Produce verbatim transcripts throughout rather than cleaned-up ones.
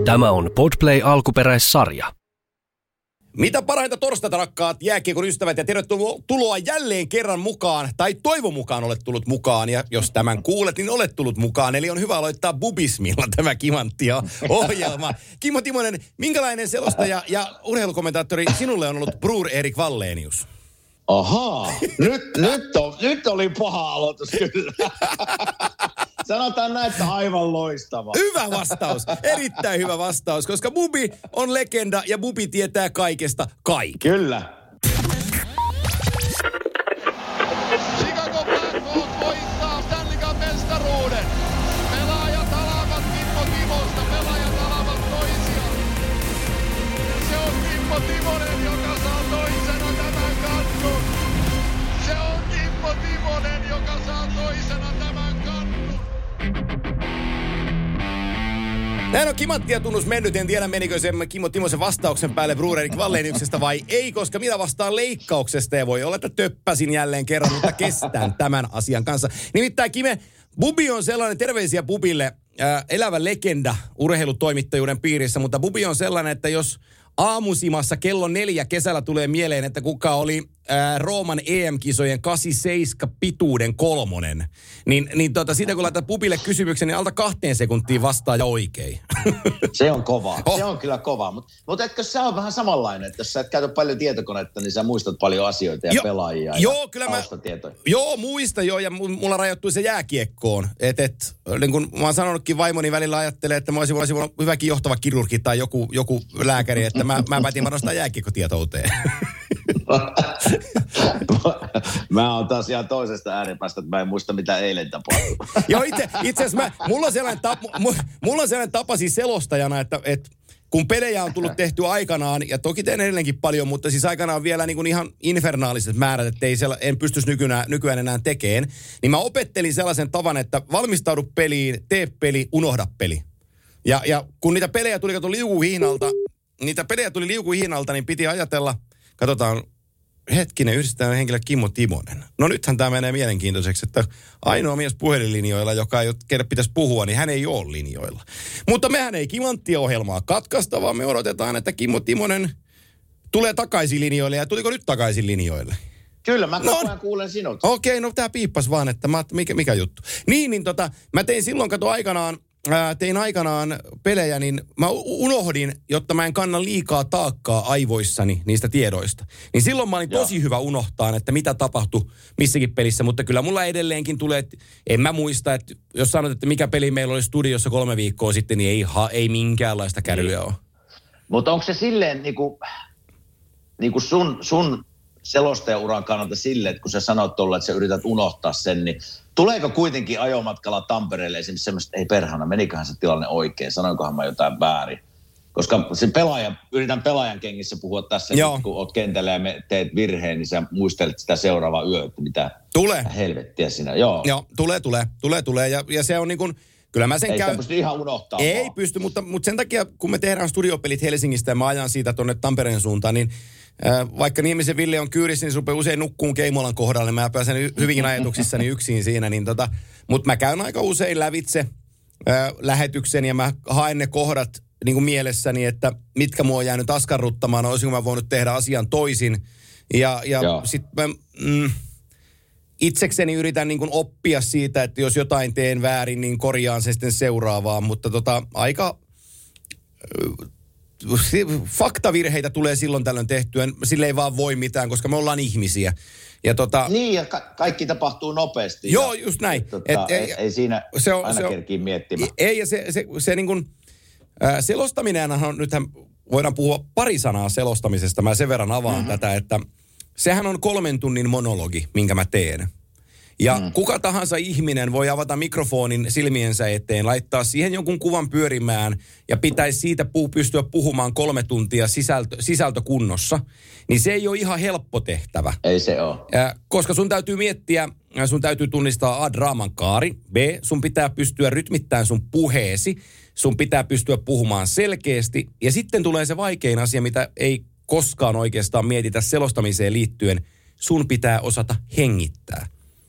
Tämä on Podplay alkuperäissarja. Mitä parhainta torstaita, rakkaat jääkiekon ystävät, ja tervetuloa jälleen kerran mukaan, tai toivon mukaan olet tullut mukaan, ja jos tämän kuulet, niin olet tullut mukaan. Eli on hyvä aloittaa bubismilla tämä Kimanttia ohjelma. Kimmo Timonen, minkälainen selostaja ja urheilukommentaattori sinulle on ollut Bror Erik Wallenius? Ahaa, nyt, nyt, on, nyt oli paha aloitus kyllä. Sanotaan näin, että aivan loistava. Hyvä vastaus, erittäin hyvä vastaus, koska Bubi on legenda ja Bubi tietää kaikesta kaiken. Kyllä. Chicago Blackhawks voittaa Stanley Cup -mestaruuden. Pelaajat alavat Kimmo Timosta, pelaajat alavat toisiaan. Se on Kimmo Timonen, joka saa toisena tämän kannun. Se on Kimmo Timonen, joka saa toisena tämän kannun. Näin on Kimanttia tunnus mennyt. En tiedä, menikö se Kimmo Timosen vastauksen päälle Bror Erik Walleniuksesta vai ei, koska minä vastaan leikkauksesta ja voi olla, että töppäsin jälleen kerran, mutta kestään tämän asian kanssa. Nimittäin Kime, Bubi on sellainen, terveisiä Bubille, äh, elävä legenda urheilutoimittajuuden piirissä, mutta Bubi on sellainen, että jos aamusimassa kello neljä kesällä tulee mieleen, että kuka oli ää, Rooman E M-kisojen kahdeksankymmentäseitsemän pituuden kolmonen, niin, niin tota, siitä kun laitat Bubille kysymyksen, niin alta kahteen sekuntiin vastaa ja oikein. Se on kova. Oh. Se on kyllä kova. Mutta mut etkö sä on vähän samanlainen, että jos sä et käytä paljon tietokonetta, niin sä muistat paljon asioita ja jo, pelaajia joo, ja kyllä mä, taustatietoja. joo, muista joo, ja mulla rajoittui se jääkiekkoon. Et, et, niin kun mä oon sanonutkin vaimoni välillä ajattelee, että mä olisin, olisin hyväkin johtava kirurgi tai joku, joku lääkäri, että mä, mä päätin nostaa jääkiekkotietouteen. Mä oon taas ihan toisesta ääripäästä, että mä en muista, mitä eilen tapahtui. Joo, itse, itse asiassa mä, mulla, on sellainen tapa, mulla on sellainen tapa siis selostajana, että, että kun pelejä on tullut tehty aikanaan, ja toki teen edelleenkin paljon, mutta siis aikanaan vielä niin kuin ihan infernaaliset määrät, että ei siellä, en pystyisi nykyään, nykyään enää tekemään, niin mä opettelin sellaisen tavan, että valmistaudu peliin, tee peli, unohda peli. Ja, ja kun niitä pelejä tuli, kato liukuhihnalta, niitä pelejä tuli liukuhihnalta, niin piti ajatella, katsotaan, hetkinen, yhdistetään henkilö Kimmo Timonen. No nythän tämä menee mielenkiintoiseksi, että ainoa mies puhelinlinjoilla, joka ei kerran pitäisi puhua, niin hän ei ole linjoilla. Mutta mehän ei Kimanttia-ohjelmaa katkaista, vaan me odotetaan, että Kimmo Timonen tulee takaisin linjoille. Ja tuliko nyt takaisin linjoille? Kyllä, mä koko ajan no, kuulen sinut. Okei, okay, no tää piippas vaan, että mä, mikä, mikä juttu. Niin, niin tota, mä tein silloin, kato aikanaan, Ää, tein aikanaan pelejä, niin mä unohdin, jotta mä en kanna liikaa taakkaa aivoissani niistä tiedoista. Niin silloin mä olin tosi Joo. hyvä unohtaa, että mitä tapahtui missäkin pelissä, mutta kyllä mulla edelleenkin tulee, että en mä muista, että jos sanot, että mikä peli meillä oli studiossa kolme viikkoa sitten, niin ei, ha, ei minkäänlaista kärryä ole. Mutta onko se silleen niinku, niinku sun, sun selostajauran kannalta silleen, että kun sä sanot tuolla, että sä yrität unohtaa sen, niin tuleeko kuitenkin ajomatkalla Tampereelle esimerkiksi semmoista, ei perhana, meniköhän se tilanne oikein, sanoinkohan mä jotain väärin. Koska se pelaaja, yritän pelaajan kengissä puhua tässä, Joo. kun oot kentällä ja me teet virheen, niin sä muistelet sitä seuraavaa yö, että mitä Tule. helvettiä sinä. Joo, Joo tulee, tulee, tulee, tulee. Ja, ja se on niin kuin, kyllä mä sen ei käyn. Ei pysty ihan unohtaa. Ei vaan. pysty, mutta, mutta sen takia, kun me tehdään studiopelit Helsingistä ja mä ajan siitä tuonne Tampereen suuntaan, niin Äh, vaikka Niemisen Ville on kyyrissä, niin se rupeaa usein nukkuun Keimolan kohdalla, niin mä pääsen hyvinkin ajatuksissani yksin siinä. Niin tota, mutta mä käyn aika usein lävitse äh, lähetyksen ja mä haen ne kohdat niin kuin mielessäni, että mitkä mua on jäänyt askarruttamaan, olisinko mä voinut tehdä asian toisin. Ja, ja sitten mä mm, itsekseni yritän niin kuin oppia siitä, että jos jotain teen väärin, niin korjaan se sitten seuraavaan, mutta tota, aika faktavirheitä tulee silloin tällöin tehtyä, sille ei vaan voi mitään, koska me ollaan ihmisiä. Ja tota, niin, ja ka- kaikki tapahtuu nopeasti. Joo, ja, just näin. Tota, et, ei, ei siinä se on, aina se on, kerkiin miettimään. Ei, ja se, se, se niin kuin, äh, selostaminenhan on, nythän voidaan puhua pari sanaa selostamisesta, mä sen verran avaan mm-hmm. tätä, että sehän on kolmen tunnin monologi, minkä mä teen. Ja mm. kuka tahansa ihminen voi avata mikrofonin silmiensä eteen, laittaa siihen jonkun kuvan pyörimään ja pitäisi siitä pu- pystyä puhumaan kolme tuntia sisältö, sisältökunnossa. Niin se ei ole ihan helppo tehtävä. Ei se ole. Äh, koska sun täytyy miettiä, sun täytyy tunnistaa A, draaman kaari, B, sun pitää pystyä rytmittämään sun puheesi, sun pitää pystyä puhumaan selkeästi ja sitten tulee se vaikein asia, mitä ei koskaan oikeastaan mietitä selostamiseen liittyen, sun pitää osata hengittää.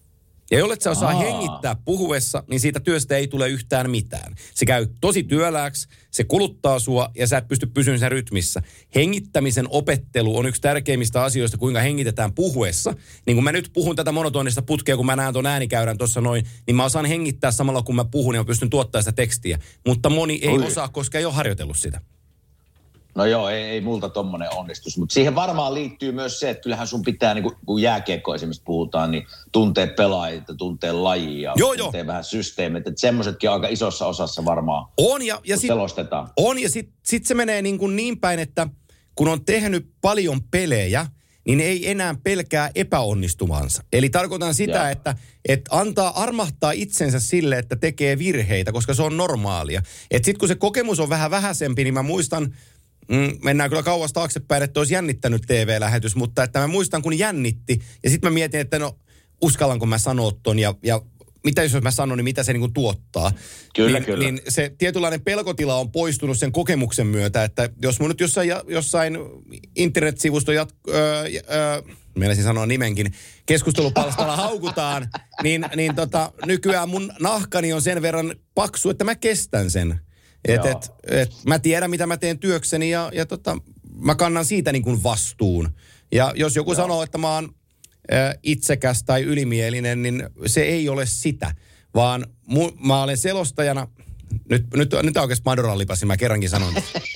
Ja jollet sä osaa Aa. hengittää puhuessa, niin siitä työstä ei tule yhtään mitään. Se käy tosi työlääksi, se kuluttaa sua ja sä et pysty pysymään sen rytmissä. Hengittämisen opettelu on yksi tärkeimmistä asioista, kuinka hengitetään puhuessa. Niin kun mä nyt puhun tätä monotonista putkea, kun mä näen ton äänikäyrän tuossa noin, niin mä osaan hengittää samalla kun mä puhun ja mä pystyn tuottamaan sitä tekstiä. Mutta moni ei Oi. osaa, koska ei ole harjoitellut sitä. No joo, ei, ei multa tommonen onnistus, mutta siihen varmaan liittyy myös se, että kyllähän sun pitää, niin kun, kun jääkiekko esimerkiksi puhutaan, niin tuntee pelaajia, tuntee lajia, joo, tuntee joo. vähän systeemit, että semmoisetkin aika isossa osassa varmaan On ja, ja sit, selostetaan. on ja sit, sit se menee niin, kuin niin päin, että kun on tehnyt paljon pelejä, niin ei enää pelkää epäonnistumansa. Eli tarkoitan sitä, Joo. että, että antaa armahtaa itsensä sille, että tekee virheitä, koska se on normaalia. Että sitten kun se kokemus on vähän vähäisempi, niin mä muistan, mm, mennään kyllä kauas taaksepäin, että olisi jännittänyt T V-lähetys, mutta että mä muistan, kun jännitti, ja sitten mä mietin, että no uskallanko mä sanoa ton, ja, ja mitä jos mä sanon, niin mitä se niinku tuottaa. Kyllä, niin, kyllä. Niin se tietynlainen pelkotila on poistunut sen kokemuksen myötä, että jos mun nyt jossain, jossain internetsivusto jat, öö, öö, meinasin sanoa nimenkin, keskustelupalstalla haukutaan, niin, niin tota, nykyään mun nahkani on sen verran paksu, että mä kestän sen. Et, et, et, mä tiedän, mitä mä teen työkseni ja, ja tota, mä kannan siitä niin kuin vastuun. Ja jos joku Joo. sanoo, että mä oon ä, itsekäs tai ylimielinen, niin se ei ole sitä. Vaan mu, mä olen selostajana, nyt, nyt, nyt oikeasti Madoran lipasin, mä kerrankin sanon.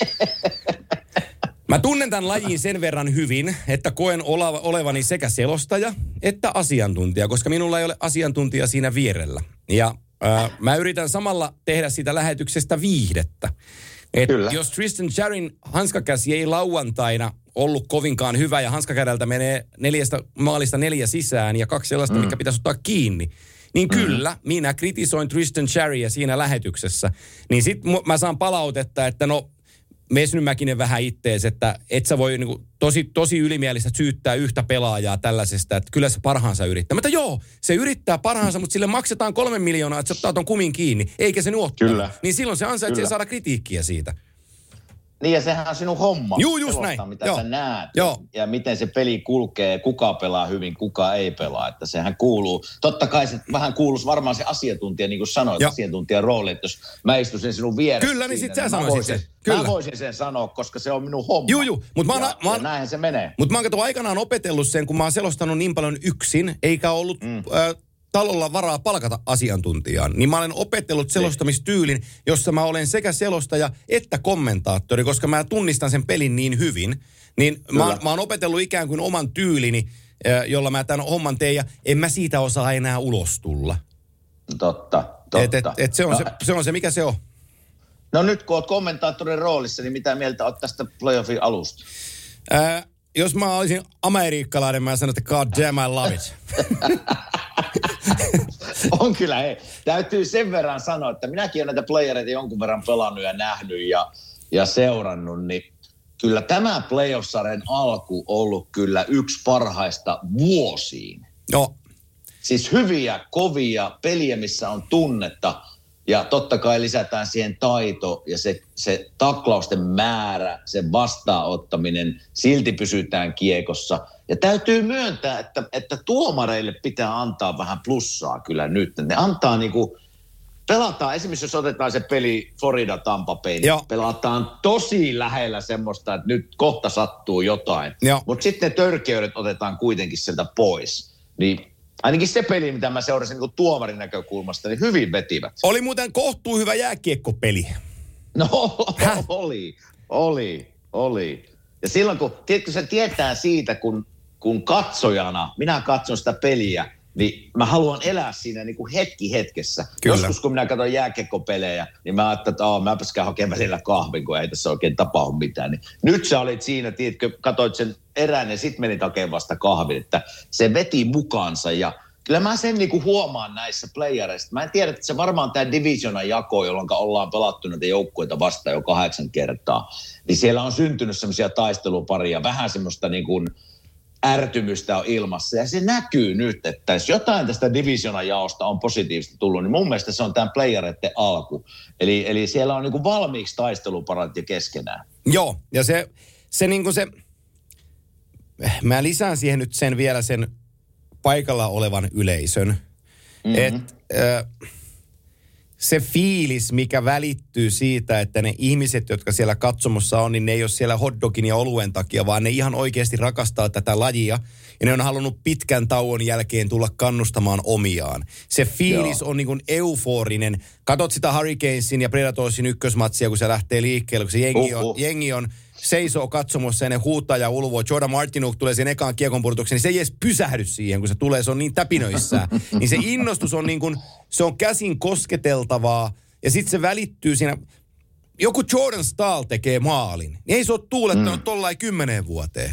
Mä tunnen tämän lajin sen verran hyvin, että koen oleva, olevani sekä selostaja että asiantuntija, koska minulla ei ole asiantuntija siinä vierellä. Ja äh, mä yritän samalla tehdä siitä lähetyksestä viihdettä. Et jos Tristan Jarryn hanskakäsi ei lauantaina ollut kovinkaan hyvä ja hanskakädeltä menee neljästä maalista neljä sisään ja kaksi sellaista, mm. mikä pitäisi ottaa kiinni, niin kyllä, mm. minä kritisoin Tristan Jarryä siinä lähetyksessä. Niin sit mä saan palautetta, että no, Vesny Mäkinen vähän ittees, että et sä voi niinku tosi, tosi ylimielistä syyttää yhtä pelaajaa tällaisesta, että kyllä se parhaansa yrittää. Mutta joo, se yrittää parhaansa, mutta sille maksetaan kolme miljoonaa, että se ottaa ton kumin kiinni, eikä se nuottaa. Kyllä. Niin silloin se ansaitsee Kyllä. saada kritiikkiä siitä. Niin ja sehän on sinun homma. Juu, just selostaa, näin. mitä Joo. sä näet. Joo. Ja miten se peli kulkee, kuka pelaa hyvin, kuka ei pelaa. Että sehän kuuluu. Totta kai se vähän kuuluisi varmaan se asiantuntija, niin kuin sanoit, Joo. asiantuntijan rooli. Että jos mä istuisin sinun vieressä. Kyllä, niin sit siinä, sä mä sanoisit voisin, sen. Kyllä. Mä voisin sen sanoa, koska se on minun homma. Juu, juu. Mut mä oon, ja, mä oon, ja näinhän se menee. Mutta mä oon kato aikanaan opetellut sen, kun mä oon selostanut niin paljon yksin, eikä ollut mm. äh, talolla varaa palkata asiantuntijaan. Niin mä olen opetellut selostamistyylin, jossa mä olen sekä selostaja että kommentaattori, koska mä tunnistan sen pelin niin hyvin. Niin mä, mä oon opetellut ikään kuin oman tyylini, äh, jolla mä tämän homman teen, ja en mä siitä osaa enää ulos tulla. Totta, totta. Et, et, et se, on no, se, se on se, mikä se on. No nyt kun oot kommentaattorin roolissa, niin mitä mieltä oot tästä playoffin alusta? Äh, jos mä olisin amerikkalainen, mä sanon, että God damn, I love it. On kyllä, hei. Täytyy sen verran sanoa, että minäkin olen näitä playereita jonkun verran pelannut ja nähnyt ja, ja seurannut, niin kyllä tämä playoff-sarjan alku ollut kyllä yksi parhaista vuosiin. Joo. Siis hyviä, kovia peliä, missä on tunnetta ja totta kai lisätään siihen taito ja se, se taklausten määrä, se vastaanottaminen, silti pysytään kiekossa. Ja täytyy myöntää, että, että tuomareille pitää antaa vähän plussaa kyllä nyt. Ne antaa niinku, pelataan, esimerkiksi jos otetaan se peli Florida Tampa Bay, niin pelataan tosi lähellä semmoista, että nyt kohta sattuu jotain. Mutta sitten ne törkeydet otetaan kuitenkin sieltä pois. Niin ainakin se peli, mitä mä seurasin niin tuomarin näkökulmasta, niin hyvin vetivät. Oli muuten kohtuu hyvä jääkiekkopeli. No oli, oli, oli. Ja silloin kun, tiedätkö, se tietää siitä, kun, kun katsojana, minä katson sitä peliä, niin mä haluan elää siinä niin kuin hetki hetkessä. Kyllä. Joskus kun minä katson jääkiekkopelejä, niin mä ajattelin, että aah, mäpäs käyn hakemaan välillä kahvin, kun ei tässä oikein tapahdu mitään. Niin nyt sä olit siinä, tiedätkö, katsoit sen erään ja sit menit hakemaan vasta kahvin, että se veti mukaansa ja kyllä mä sen niin kuin huomaan näissä playereissa. Mä en tiedä, että se varmaan tämä divisionan jako, jolloin ollaan pelattu näitä joukkueita vastaan jo kahdeksan kertaa, niin siellä on syntynyt semmoisia taisteluparia, vähän semmoista niin kuin ärtymystä on ilmassa. Ja se näkyy nyt, että jos jotain tästä divisionan jaosta on positiivista tullut, niin mun mielestä se on tämän playereiden alku. Eli, eli siellä on niin kuin valmiiksi taisteluparat jo keskenään. Joo, ja se, se niin kuin se, mä lisään siihen nyt sen vielä sen paikalla olevan yleisön. Mm-hmm. Et, äh, se fiilis, mikä välittyy siitä, että ne ihmiset, jotka siellä katsomossa on, niin ne ei ole siellä hotdogin ja oluen takia, vaan ne ihan oikeasti rakastaa tätä lajia. Ja ne on halunnut pitkän tauon jälkeen tulla kannustamaan omiaan. Se fiilis Joo. on niin kuin euforinen. Katot sitä Hurricanesin ja Predatorsin ykkösmatsia, kun se lähtee liikkeelle, kun se jengi on, uh-huh. jengi on seisoo katsomossa ja ne huutaa ja ulvoo. Jordan Martinook tulee sen ekaan kiekonpudotukseen, niin se ei edes pysähdy siihen, kun se tulee, se on niin täpinöissään. Niin se innostus on niin kuin, se on käsin kosketeltavaa ja sitten se välittyy siinä. Joku Jordan Staal tekee maalin, niin ei se ole tuulettanut mm. tollain kymmeneen vuoteen.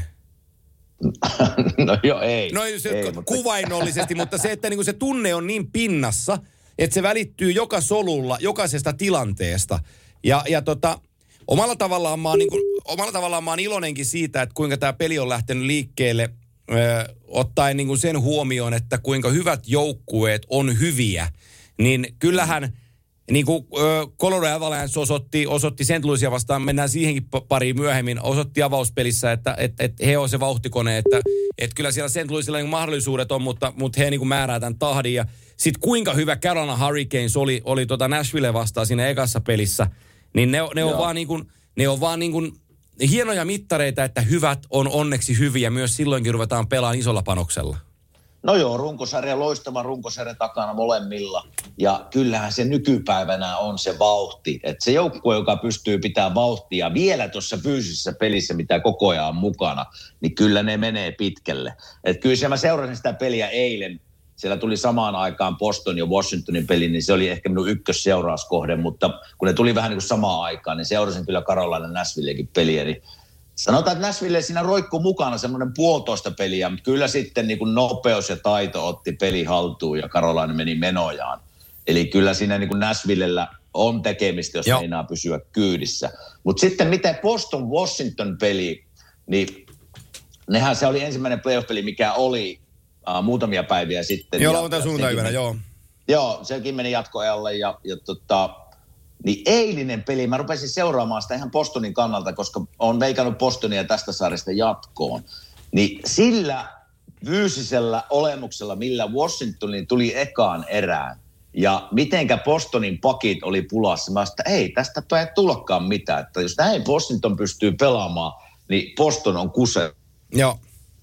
No joo, ei. No se ei, kuvainnollisesti, mutta, mutta se, että niinku se tunne on niin pinnassa, että se välittyy joka solulla, jokaisesta tilanteesta. Ja, ja tota, omalla tavallaan mä oon, niinku, omalla tavallaan mä oon iloinenkin siitä, että kuinka tämä peli on lähtenyt liikkeelle, ö, ottaen niinku sen huomioon, että kuinka hyvät joukkueet on hyviä. Niin kyllähän niin kuin Colorado Avalanche osoitti, osoitti Saint Louisia vastaan, mennään siihenkin pariin myöhemmin, osoitti avauspelissä, että et, et he on se vauhtikone, että et kyllä siellä Saint Louisilla niin mahdollisuudet on, mutta, mutta he niin kuin määrää tämän tahdin. Ja sitten kuinka hyvä Carolina Hurricanes oli, oli tota Nashville vastaan siinä ekassa pelissä, niin ne, ne on vaan niin kuin, ne on vaan niin kuin hienoja mittareita, että hyvät on onneksi hyviä, myös silloinkin ruvetaan pelaamaan isolla panoksella. No joo, runkosarja, loistava runkosarja takana molemmilla. Ja kyllähän se nykypäivänä on se vauhti. Että se joukkue, joka pystyy pitämään vauhtia vielä tuossa fyysisessä pelissä, mitä koko ajan on mukana, niin kyllä ne menee pitkälle. Että kyllä se mä seurasin sitä peliä eilen. Siellä tuli samaan aikaan Boston ja Washingtonin peli, niin se oli ehkä minun ykkösseurauskohde. Mutta kun ne tuli vähän niin kuin samaan aikaan, niin seurasin kyllä Carolina Nashvillekin peliä, niin sanotaan, että Nashville siinä roikkui mukana semmoinen puolitoista peliä, mutta kyllä sitten niin kuin nopeus ja taito otti peli haltuun ja Carolina meni menojaan. Eli kyllä siinä niin kuin Nashvillellä on tekemistä, jos meinaa pysyä kyydissä. Mutta sitten miten Boston-Washington-peli, niin nehän se oli ensimmäinen playoff-peli, mikä oli uh, muutamia päiviä sitten. Joo, lauantai sunnuntai joo. Joo, sekin meni jatkoajalle ja, ja tota... Niin eilinen peli, mä rupesin seuraamaan sitä ihan Bostonin kannalta, koska olen veikannut Bostonia tästä sarjasta jatkoon. Niin sillä fyysisellä olemuksella, millä Washingtonin tuli ekaan erään, ja mitenkä Bostonin pakit oli pulassa, mä sanoin, että ei tästä ei tullakaan mitään. Että jos näin Washington pystyy pelaamaan, niin Boston on kuse. Joo.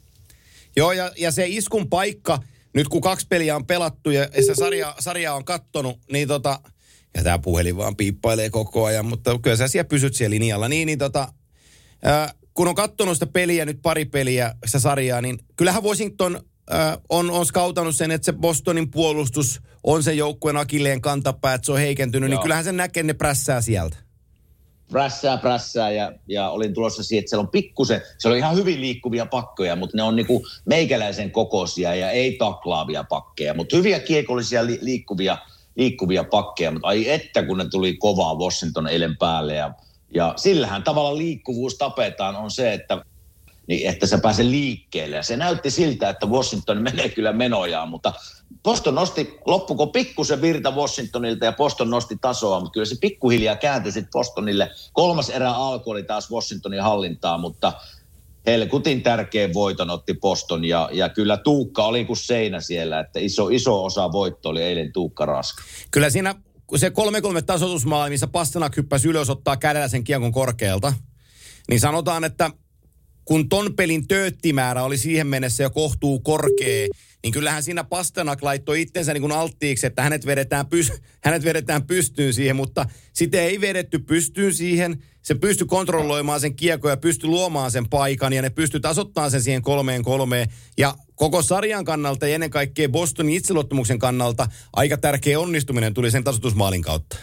Joo, ja, ja se iskun paikka, nyt kun kaksi peliä on pelattu ja se sarja, sarja on kattonut, niin tota... Ja tämä puhelin vaan piippailee koko ajan, mutta kyllä sä siellä pysyt siellä linjalla. Niin, niin tota, ää, kun on katsonut sitä peliä, nyt pari peliä, sitä sarjaa, niin kyllähän Washington ää, on, on skautannut sen, että se Bostonin puolustus on se joukkueen akilleen kantapää, että se on heikentynyt, Joo. niin kyllähän sen näkee, ne prässää sieltä. Prässää, prässää ja, ja olin tulossa siihen, että siellä on pikkusen, se on ihan hyvin liikkuvia pakkoja, mutta ne on niinku meikäläisen kokoisia ja ei taklaavia pakkeja, mutta hyviä kiekollisia li, liikkuvia liikkuvia pakkeja, mutta ai että kun ne tuli kovaa Washington eilen päälle ja, ja sillähän tavalla liikkuvuus tapetaan on se, että, niin, että se pääsee liikkeelle ja se näytti siltä, että Washington menee kyllä menojaan, mutta Boston nosti, loppuko pikkusen virta Washingtonilta ja Boston nosti tasoa, mutta kyllä se pikkuhiljaa kääntyi sitten Bostonille. Kolmas erä alkoi oli taas Washingtonin hallintaa, mutta helkutin tärkeän voiton otti Boston ja, ja kyllä Tuukka oli kuin seinä siellä, että iso, iso osa voitto oli eilen Tuukka Rask. Kyllä siinä se kolme kolme tasoitusmaali, missä Pasternak hyppäsi ylös ottaa kädellä sen kiekon korkealta, niin sanotaan, että kun ton pelin tööttimäärä oli siihen mennessä jo kohtuu korkea, niin kyllähän siinä Pasternak laittoi itsensä niin kuin alttiiksi, että hänet vedetään, pys- hänet vedetään pystyyn siihen, mutta sitä ei vedetty pystyyn siihen. Se pystyi kontrolloimaan sen kiekon ja pystyi luomaan sen paikan ja ne pystyi tasoittamaan sen siihen kolmeen kolmeen. Ja koko sarjan kannalta ja ennen kaikkea Bostonin itseluottamuksen kannalta aika tärkeä onnistuminen tuli sen tasoitusmaalin kautta.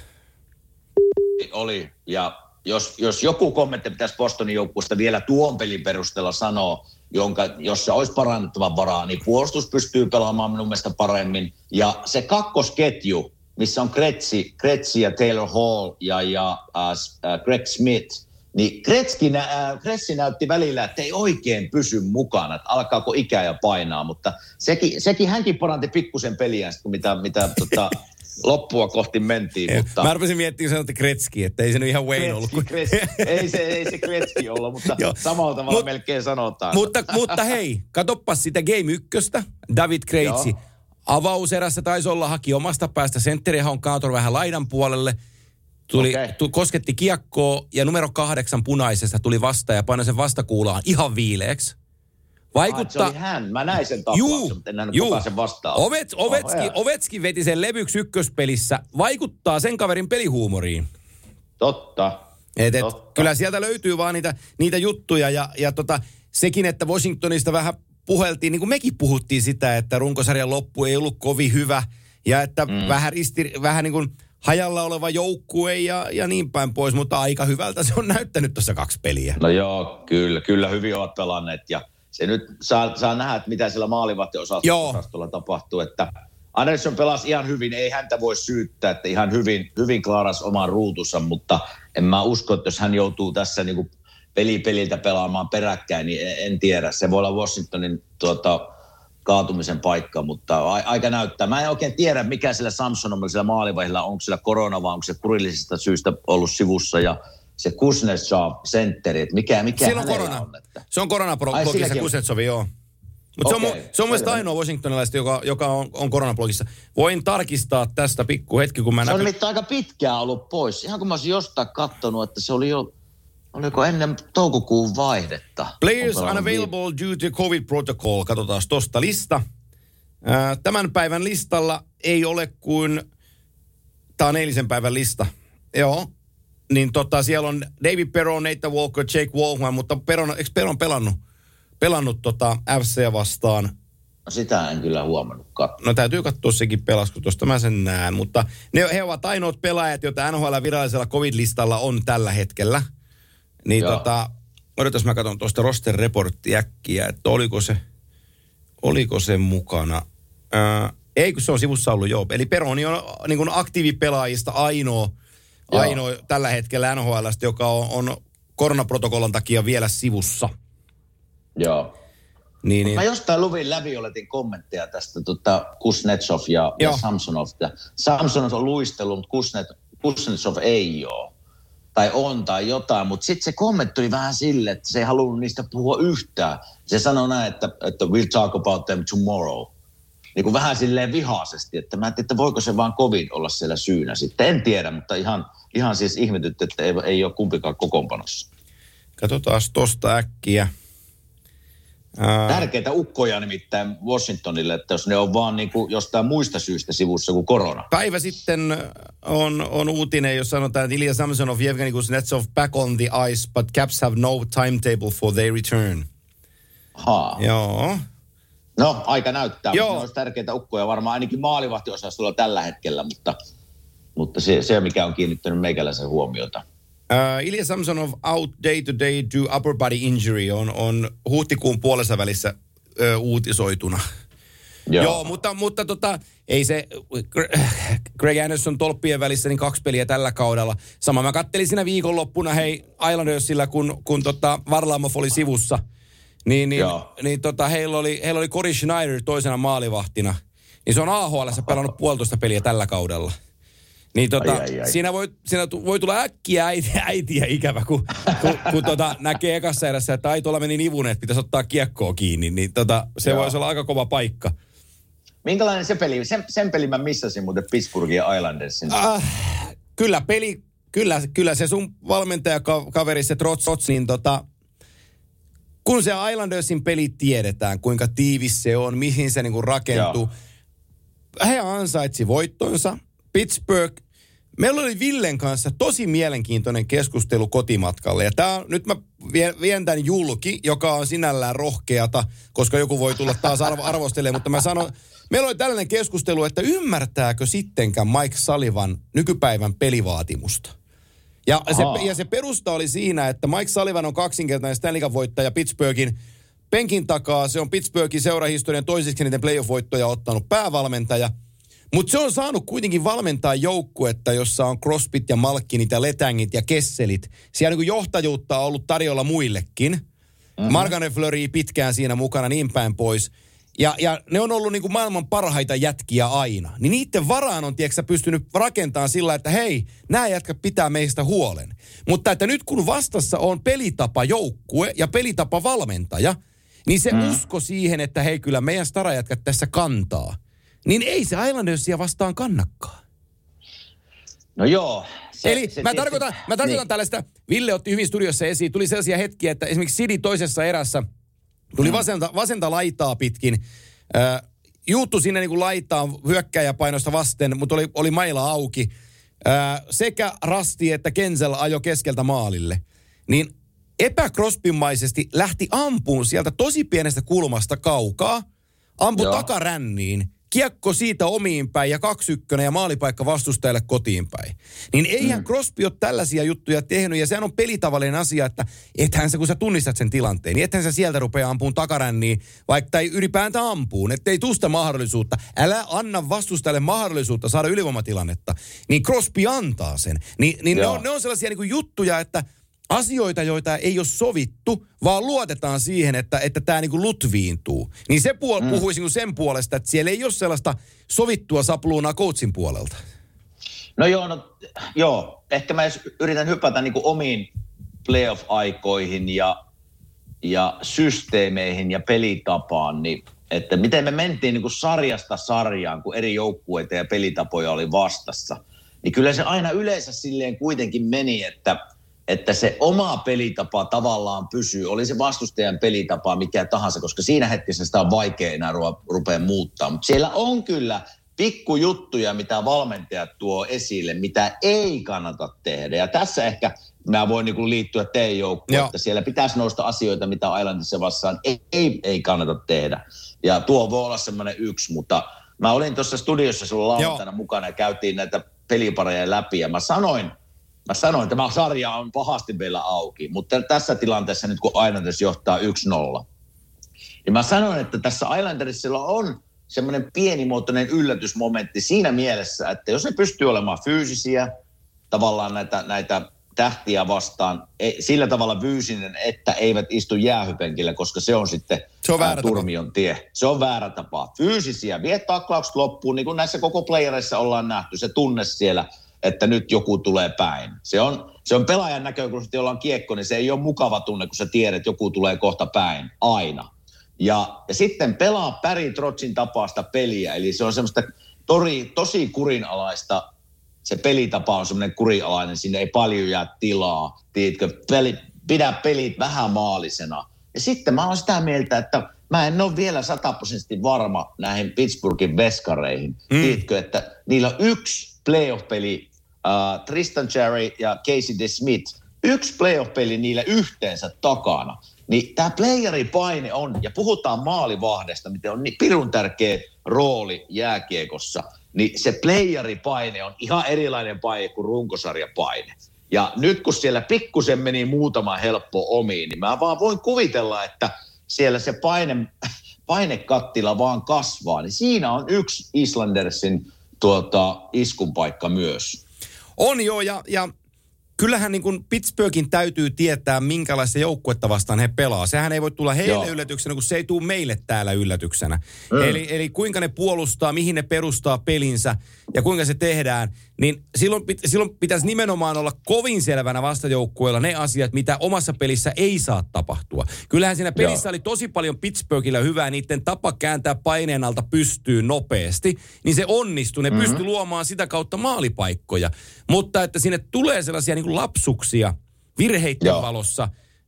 Oli ja jos, jos joku kommentti pitäisi Bostonin joukkueesta vielä tuon pelin perusteella sanoa, jonka, jossa olisi parannettava varaa, niin puolustus pystyy pelaamaan minun mielestä paremmin. Ja se kakkosketju, missä on Kretsi, Kretsi ja Taylor Hall ja, ja äh, Greg Smith, niin Kretski, äh, Kretsi näytti välillä, että ei oikein pysy mukana, että alkaako ikää ja painaa, mutta sekin, sekin hänkin paranti pikkusen peliä, kun mitä, mitä tota, loppua kohti mentiin. Mutta... Mä rupesin miettimään, kun sanotte Kretski, että ei se nyt ihan Wayne ollut. Kun... ei, se, ei se Kretski ollut, mutta samalla tavalla Mut, melkein sanotaan. Mutta, mutta hei, katoppas sitä Game ykköstä, David Krejci. avauserässä taisi olla, haki omasta päästä sentterihan kaatunut vähän laidan puolelle. Tuli, okay. tu, kosketti kiekkoa ja numero kahdeksan punaisesta tuli vasta ja painoi sen vastakuulaan ihan viileeksi. Vaikuttaa... Ah, se oli hän. Mä näin sen taklauksen, mutta en nähnyt kukaan sen vastaan. Ovet, Ovetski, oh, Ovetski veti sen levyksi ykköspelissä. Vaikuttaa sen kaverin pelihuumoriin. Totta. Et, et, Totta. Kyllä sieltä löytyy vaan niitä, niitä juttuja ja, ja tota, sekin, että Washingtonista vähän puheltiin, niin kuin mekin puhuttiin sitä, että runkosarjan loppu ei ollut kovin hyvä ja että mm. vähän, risti, vähän niin kuin hajalla oleva joukkue ja, ja niin päin pois, mutta aika hyvältä se on näyttänyt tuossa kaksi peliä. No joo, kyllä, kyllä hyvin ovat pelanneet ja se nyt saa, saa nähdä, että mitä siellä maalivahtiosastolla tapahtuu, että Anderson pelasi ihan hyvin, ei häntä voi syyttää, että ihan hyvin, hyvin klaaras oman ruutunsa, mutta en mä usko, että jos hän joutuu tässä niin kuin peli peliltä pelaamaan peräkkäin, niin en, en tiedä. Se voi olla Washingtonin tuota, kaatumisen paikka, mutta a, aika näyttää. Mä en oikein tiedä, mikä sillä Samsonomilla, sillä maalivahdilla, onko sillä korona vai onko se kurillisista syistä ollut sivussa ja se Kuznetsov sentteri, että mikä, mikä hänellä on korona. On? Että... Se on koronablogissa se Kuznetsovi, joo. Mutta okay, se on, se on mielestäni ainoa washingtonilaista, joka, joka on, on koronablogissa. Voin tarkistaa tästä pikku hetki, kun mä näpin. Se on nimittäin aika pitkään ollut pois. Ihan kun mä olisin jostain katsonut, että se oli jo, oliko ennen toukokuun vaihdetta. Players unavailable due to COVID protocol. Katsotaan tosta lista. Tämän päivän listalla ei ole kuin, tää on eilisen päivän lista. Joo. Niin tota, siellä on David Perron, Nathan Walker, Jake Wallman, mutta Perron, eikö Perron pelannut? pelannut tota F C vastaan. No sitä en kyllä huomannutkaan. No täytyy katsoa sekin pelas, kun tuosta mä sen näen. Mutta ne, he ovat ainoat pelaajat, joita N H L virallisella covid-listalla on tällä hetkellä. Niin Joo. tota, odotas mä katson tuosta roster-reporttia äkkiä, että oliko se, oliko se mukana. Ää, ei, kun se on sivussa ollut, joo. Eli Peroni on niin kuin aktiivipelaajista ainoa, ainoa tällä hetkellä N H L:stä, joka on, on koronaprotokollan takia vielä sivussa. Joo. Niin, niin. Mä jostain luvin lävioletin kommentteja tästä tota, Kuznetsov ja, ja Samsonov. Samsonov on luistellut, mutta Kuznet, Kuznetsov ei ole. Tai on tai jotain, mutta sitten se kommentti oli vähän sille, että se ei halunnut niistä puhua yhtään. Se sanoi näin, että, että we'll talk about them tomorrow. Niin kuin vähän silleen vihaisesti, että mä en tiedä, että voiko se vaan covid olla siellä syynä sitten. En tiedä, mutta ihan, ihan siis ihmetytti, että ei, ei ole kumpikaan kokoonpanossa. Katsotaan tosta äkkiä. Tärkeitä ukkoja nimittäin Washingtonille, että jos ne on vaan niin kuin jostain muista syistä sivussa kuin korona. Päivä sitten on, on uutinen, jos sanotaan, että Ilya Samsonov, Yevgeny Kuznetsov back on the ice, but Caps have no timetable for their return. Haa. Joo. No, aika näyttää. Joo. Ne olisi tärkeitä ukkoja varmaan ainakin maalivahtiosastolla tällä hetkellä, mutta, mutta se, se, mikä on kiinnittänyt meikäläisen huomiota. Uh, Ilya Samsonov out day to day due upper body injury on, on huhtikuun puolessa välissä ö, uutisoituna. Joo, Joo mutta, mutta tota, ei se Greg Anderson tolppien välissä niin kaksi peliä tällä kaudella. Sama mä kattelin siinä viikonloppuna, hei Islandersilla, kun, kun tota Varlamov oli sivussa. Niin, niin, niin tota, heillä, oli, heillä oli Corey Schneider toisena maalivahtina. Niin se on A H L:ssä pelannut puolitoista peliä tällä kaudella. Niin tota, ai, ai, ai. Siinä, voi, siinä voi tulla äkkiä äitiä, äitiä ikävä, kun, kun, kun tota, näkee ekassa erässä, että ai tuolla meni nivune, että pitäisi ottaa kiekkoa kiinni. Niin tota, se Joo. voisi olla aika kova paikka. Minkälainen se peli? Sen, sen pelin mä missasin muuten Pittsburghin ja Islandersin. Äh, kyllä peli, kyllä, kyllä se sun valmentajakaveri, se Trots, niin tota, kun se Islandersin peli tiedetään, kuinka tiivis se on, mihin se niinku rakentuu. Joo. He ansaitsi voittonsa. Pittsburgh, meillä oli Villen kanssa tosi mielenkiintoinen keskustelu kotimatkalle. Ja tää on, nyt mä vien tämän julki, joka on sinällään rohkeata, koska joku voi tulla taas arvo, arvostelemaan, mutta mä sanon, meillä oli tällainen keskustelu, että ymmärtääkö sittenkään Mike Sullivan nykypäivän pelivaatimusta. Ja se, ja se perusta oli siinä, että Mike Sullivan on kaksinkertainen Stanley Cup-voittaja Pittsburghin penkin takaa. Se on Pittsburghin seurahistorian toiseksi niiden playoff-voittoja ottanut päävalmentaja. Mutta se on saanut kuitenkin valmentaa joukkuetta, jossa on Crosbyt ja Malkinit ja Letangit ja Kesselit. Siellä niin johtajuutta on ollut tarjolla muillekin. Mm-hmm. Marc-Andre Fleury pitkään siinä mukana, niin päin pois. Ja, ja ne on ollut niin kuin maailman parhaita jätkiä aina. Niin niiden varaan on, tiedätkö, pystynyt rakentamaan sillä, että hei, nämä jätkät pitää meistä huolen. Mutta että nyt kun vastassa on pelitapa joukkue ja pelitapa valmentaja, niin se mm. usko siihen, että hei, kyllä meidän starajätkät tässä kantaa. niin ei se Islandersia vastaan kannakkaan. No joo. Se, Eli se, mä se, tarkoitan, se, mä tarkoitan niin. tällaista, Ville otti hyvin studiossa esiin, tuli sellaisia hetkiä, että esimerkiksi Sidi toisessa erässä tuli vasenta, vasenta laitaa pitkin, äh, juuttu sinne niin kuin laitaan hyökkääjäpainosta vasten, mutta oli, oli maila auki. Äh, sekä Rasti että Kenzel ajo keskeltä maalille. Niin epäkrospinmaisesti lähti ampuun sieltä tosi pienestä kulmasta kaukaa, ampui Joo. takaränniin, kiekko siitä omiin päin ja kaksi ykkönen ja maalipaikka vastustajalle kotiin päin. Niin eihän mm. Crosby ole tällaisia juttuja tehnyt ja sehän on pelitavallinen asia, että ethän sä kun sä tunnistat sen tilanteen, niin ethän sä sieltä rupea ampuun takaränniin, vaikka tai ylipäätään ampuun, ettei tusta mahdollisuutta. Älä anna vastustajalle mahdollisuutta saada ylivoimatilannetta. Niin Crosby antaa sen. Ni, niin ne on, ne on sellaisia niin kuin juttuja, että asioita, joita ei ole sovittu, vaan luotetaan siihen, että, että tämä niinku lutviintuu. Niin se puol- mm. puhuisi niinku sen puolesta, että siellä ei ole sellaista sovittua sapluunaa coachin puolelta. No joo, no, joo. Ehkä mä yritän hypätä niinku omiin playoff-aikoihin ja, ja systeemeihin ja pelitapaan, niin että miten me mentiin niinku sarjasta sarjaan, kun eri joukkueita ja pelitapoja oli vastassa. Niin kyllä se aina yleensä silleen kuitenkin meni, että että se oma pelitapa tavallaan pysyy, oli se vastustajan pelitapa mikä tahansa, koska siinä hetkessä sitä on vaikea enää rupea muuttaa. Mutta siellä on kyllä pikkujuttuja, mitä valmentajat tuo esille, mitä ei kannata tehdä. Ja tässä ehkä mä voin niinku liittyä teidän joukkuun, että siellä pitäisi nousta asioita, mitä Islandissa vastaan ei, ei, ei kannata tehdä. Ja tuo voi olla semmoinen yksi, mutta mä olin tuossa studiossa silloin lauantaina mukana ja käytiin näitä pelipareja läpi ja mä sanoin, Mä sanoin, että tämä sarja on pahasti vielä auki, mutta tässä tilanteessa nyt kun Islanders johtaa yksi nolla, niin mä sanoin, että tässä Islandersilla on semmoinen pienimuotoinen yllätysmomentti siinä mielessä, että jos ne pystyy olemaan fyysisiä, tavallaan näitä, näitä tähtiä vastaan, ei, sillä tavalla fyysinen, että eivät istu jäähypenkillä, koska se on sitten se on ää, turmion tie. Se on väärä tapa. Fyysisiä, vie taklaukset loppuun, niin kuin näissä koko playereissa ollaan nähty, se tunne siellä, että nyt joku tulee päin. Se on, se on pelaajan näkökulmasta, jolla on kiekko, niin se ei ole mukava tunne, kun sä tiedät, että joku tulee kohta päin. Aina. Ja, ja sitten pelaa Barry Trotzin tapaista peliä. Eli se on semmoista tori, tosi kurinalaista. Se pelitapa on semmoinen kurinalainen. Sinne ei paljon jää tilaa. Tiedätkö, peli, pidä pelit vähän maalisena. Ja sitten mä oon sitä mieltä, että mä en ole vielä sataprosenttisesti varma näihin Pittsburghin veskareihin. Mm. Tiedätkö, että niillä on yksi playoff-peli, Uh, Tristan Jarry ja Casey DeSmith, yksi playoff-peli niillä yhteensä takana. Niin tämä playeripaine on, ja puhutaan maalivahdesta, miten on niin pirun tärkeä rooli jääkiekossa, niin se playeripaine on ihan erilainen paine kuin runkosarjapaine. Ja nyt kun siellä pikkusen meni muutama helppo omiin, niin mä vaan voin kuvitella, että siellä se paine, painekattila vaan kasvaa. Niin siinä on yksi Islandersin tuota, iskun paikka myös. On joo, ja, ja kyllähän niin kuin Pittsburghin täytyy tietää, minkälaista joukkuetta vastaan he pelaa. Sehän ei voi tulla heille joo. yllätyksenä, kun se ei tule meille täällä yllätyksenä. Mm. Eli, eli kuinka ne puolustaa, mihin ne perustaa pelinsä ja kuinka se tehdään, niin silloin, silloin pitäisi nimenomaan olla kovin selvänä vastajoukkueella ne asiat, mitä omassa pelissä ei saa tapahtua. Kyllähän siinä pelissä joo. oli tosi paljon Pittsburghillä hyvää, niiden tapa kääntää paineen alta pystyy nopeasti, niin se onnistui. Ne mm-hmm. pystyi luomaan sitä kautta maalipaikkoja. Mutta että sinne tulee sellaisia niin kuin lapsuksia virheiden joo. valossa,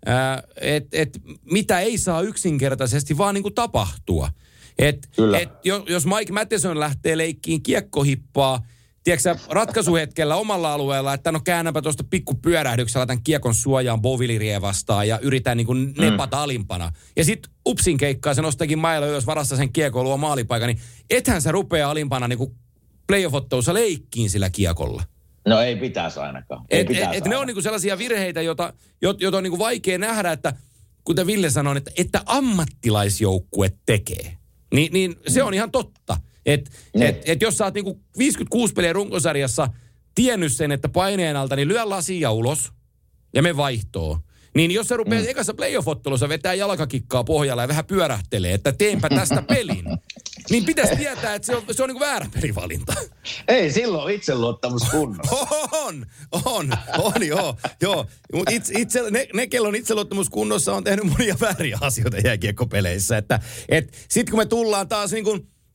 että et, mitä ei saa yksinkertaisesti vaan niin kuin tapahtua. Et, et, jos Mike Matheson lähtee leikkiin kiekkohippaa, tiedätkö ratkaisuhetkellä omalla alueella, että no käännäpä tuosta pikkupyörähdyksellä tämän kiekon suojaan Boviliriä vastaan ja yritän niin kuin nepata mm. alimpana. Ja sitten upsin keikkaa se nostakin mailla ylös varassa sen kiekon luo maalipaikan, niin ethän sä rupea alimpana niin kuin playoff-ottelussa leikkiin sillä kiekolla. No ei pitäisi ainakaan. Ei et, pitäisi et, ainakaan. et ne on niinku sellaisia virheitä, joita, joita on niinku vaikea nähdä, että kuten Ville sanoi, että, että ammattilaisjoukkue tekee. Ni, niin se on ihan totta. Että mm. et, et jos sä oot niinku viisikymmentäkuusi peliä runkosarjassa tiennyt sen, että paineen alta, niin lyö lasia ulos ja me vaihtoo. Niin jos sä rupeat mm. ekassa playoff-ottelussa vetää jalkakikkaa pohjalla ja vähän pyörähtelee, että teenpä tästä pelin, niin pitäisi tietää, että se on, se on niin kuin väärä pelivalinta. Ei, silloin itseluottamus kunnossa. On, on, on, joo. joo. Mut itse, itse, ne, ne, kello on itseluottamus kunnossa, on tehnyt monia vääriä asioita jääkiekkopeleissä. Että et, sitten kun me tullaan taas niin kuin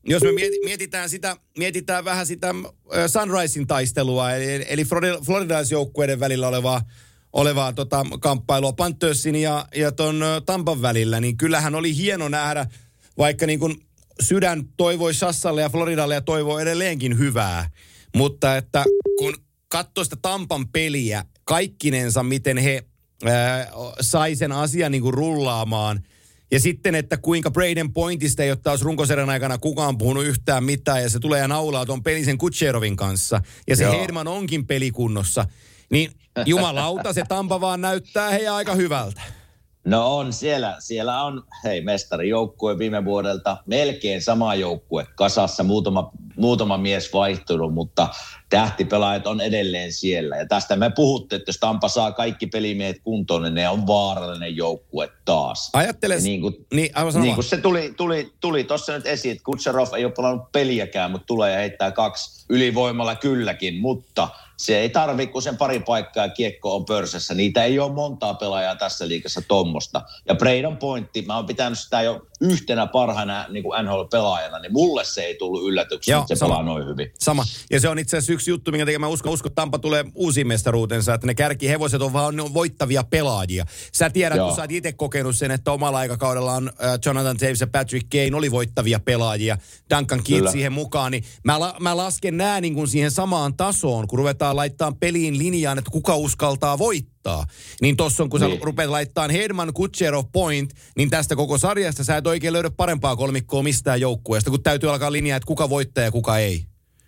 jos me mietitään, sitä, mietitään vähän sitä Sunrisein taistelua, eli, eli Floridaisjoukkueiden välillä olevaa, olevaa tota, kamppailua Panthersin ja, ja ton Tampan välillä, niin kyllähän oli hieno nähdä, vaikka niin kuin sydän toivoi Shassalle ja Floridalle ja toivoi edelleenkin hyvää, mutta että kun katsoi sitä Tampan peliä, kaikkinensa, miten he ää, sai sen asian niin kuin rullaamaan. Ja sitten, että kuinka Braden Pointista ei ole taas runkosarjan aikana kukaan puhunut yhtään mitään. Ja se tulee ja naulaa tuon pelisen Kutcherovin kanssa. Ja se Hedman onkin pelikunnossa. Niin jumalauta, se Tampa vaan näyttää heidän aika hyvältä. No on siellä. Siellä on, hei, mestarijoukkue viime vuodelta. Melkein sama joukkue kasassa. Muutama, muutama mies vaihtunut, mutta tähtipelaajat on edelleen siellä. Ja tästä me puhuttiin, että jos Tampa saa kaikki pelimiehet kuntoon, niin ne on vaarallinen joukkue taas. Ajatteles, niin kuin, niin, niin kuin se tuli, tuli, tuli tuossa nyt esiin, että Kutserov ei ole pelannut peliäkään, mutta tulee ja heittää kaksi ylivoimalla kylläkin, mutta se ei tarvitse, kun sen pari paikkaa ja kiekko on pörsässä. Niitä ei ole montaa pelaajaa tässä liigassa tommosta. Ja Braden Pointti, mä oon pitänyt sitä jo yhtenä parhaana niin kuin N H L-pelaajana, niin mulle se ei tullut yllätyksenä, että se sama. pelaa noin hyvin. Sama. Ja se on itse asiassa yksi juttu, minkä takia mä uskon, uskon, että Tampa tulee uusiin mestaruutensa, että ne kärkihevoset on vaan on voittavia pelaajia. Sä tiedät, Joo. kun sä oot itse kokenut sen, että omalla aikakaudellaan äh, Jonathan Taves ja Patrick Kane oli voittavia pelaajia. Duncan Keith siihen mukaan, niin mä, la, mä lasken nää niin kuin siihen samaan tasoon, kun ruvetaan laittaa peliin linjaan, että kuka uskaltaa voittaa. Niin tossa on, kun niin. sä rupeat laittamaan Hedman, Kutcherov, Point, niin tästä koko sarjasta sä et oikein löydä parempaa kolmikkoa mistään joukkueesta, kun täytyy alkaa linjaa, että kuka voittaa ja kuka ei.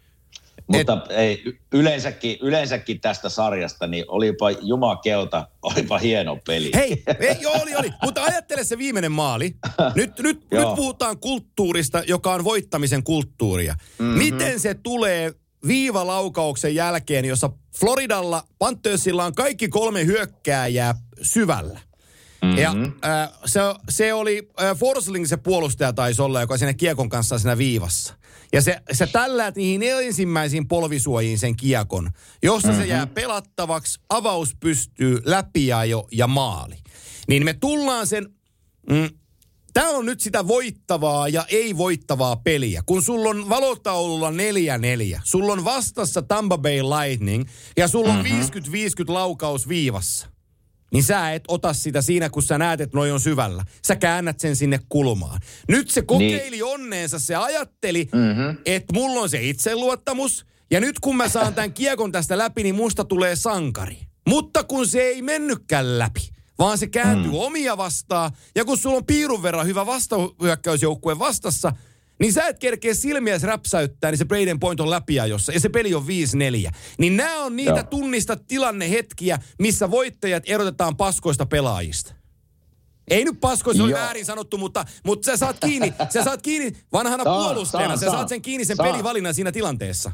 Mutta Et, ei, yleensäkin, yleensäkin tästä sarjasta, niin olipa jumakelta, olipa hieno peli. Hei, ei, joo oli, oli. Mutta ajattele se viimeinen maali. Nyt, nyt, nyt puhutaan kulttuurista, joka on voittamisen kulttuuria. Mm-hmm. Miten se tulee viivalaukauksen jälkeen, jossa Floridalla, Panthersilla on kaikki kolme hyökkääjää syvällä. Mm-hmm. Ja äh, se, se oli äh, Forsling se puolustaja taisi olla, joka siinä kiekon kanssa siinä viivassa. Ja se, se tälläät niihin ensimmäisiin polvisuojiin sen kiekon, jossa mm-hmm. se jää pelattavaksi, avaus pystyy, läpiajo ja maali. Niin me tullaan sen... Mm, Tämä on nyt sitä voittavaa ja ei-voittavaa peliä. Kun sulla on valotaululla neljä neljä, sulla on vastassa Tampa Bay Lightning ja sulla on mm-hmm. viisikymmentä viisikymmentä laukaus viivassa, niin sä et ota sitä siinä, kun sä näet, että noi on syvällä. Sä käännät sen sinne kulmaan. Nyt se kokeili niin. onneensa, se ajatteli, mm-hmm. että mulla on se itseluottamus ja nyt kun mä saan tämän kiekon tästä läpi, niin musta tulee sankari. Mutta kun se ei mennytkään läpi, vaan se kääntyy mm. omia vastaan. Ja kun sulla on piirun verran hyvä vastahyökkäysjoukkue vastassa, niin sä et kerkeä silmiäsi räpsäyttää, niin se Braden Point on läpiajossa. Ja se peli on viisi neljä. Niin nämä on niitä Joo. tunnista tilannehetkiä, missä voittajat erotetaan paskoista pelaajista. Ei nyt paskoista, se oli väärin sanottu, mutta, mutta sä saat kiinni, sä saat kiinni vanhana saan, puolustajana. Saan, sä saat sen kiinni sen saan. pelivalinnan siinä tilanteessa.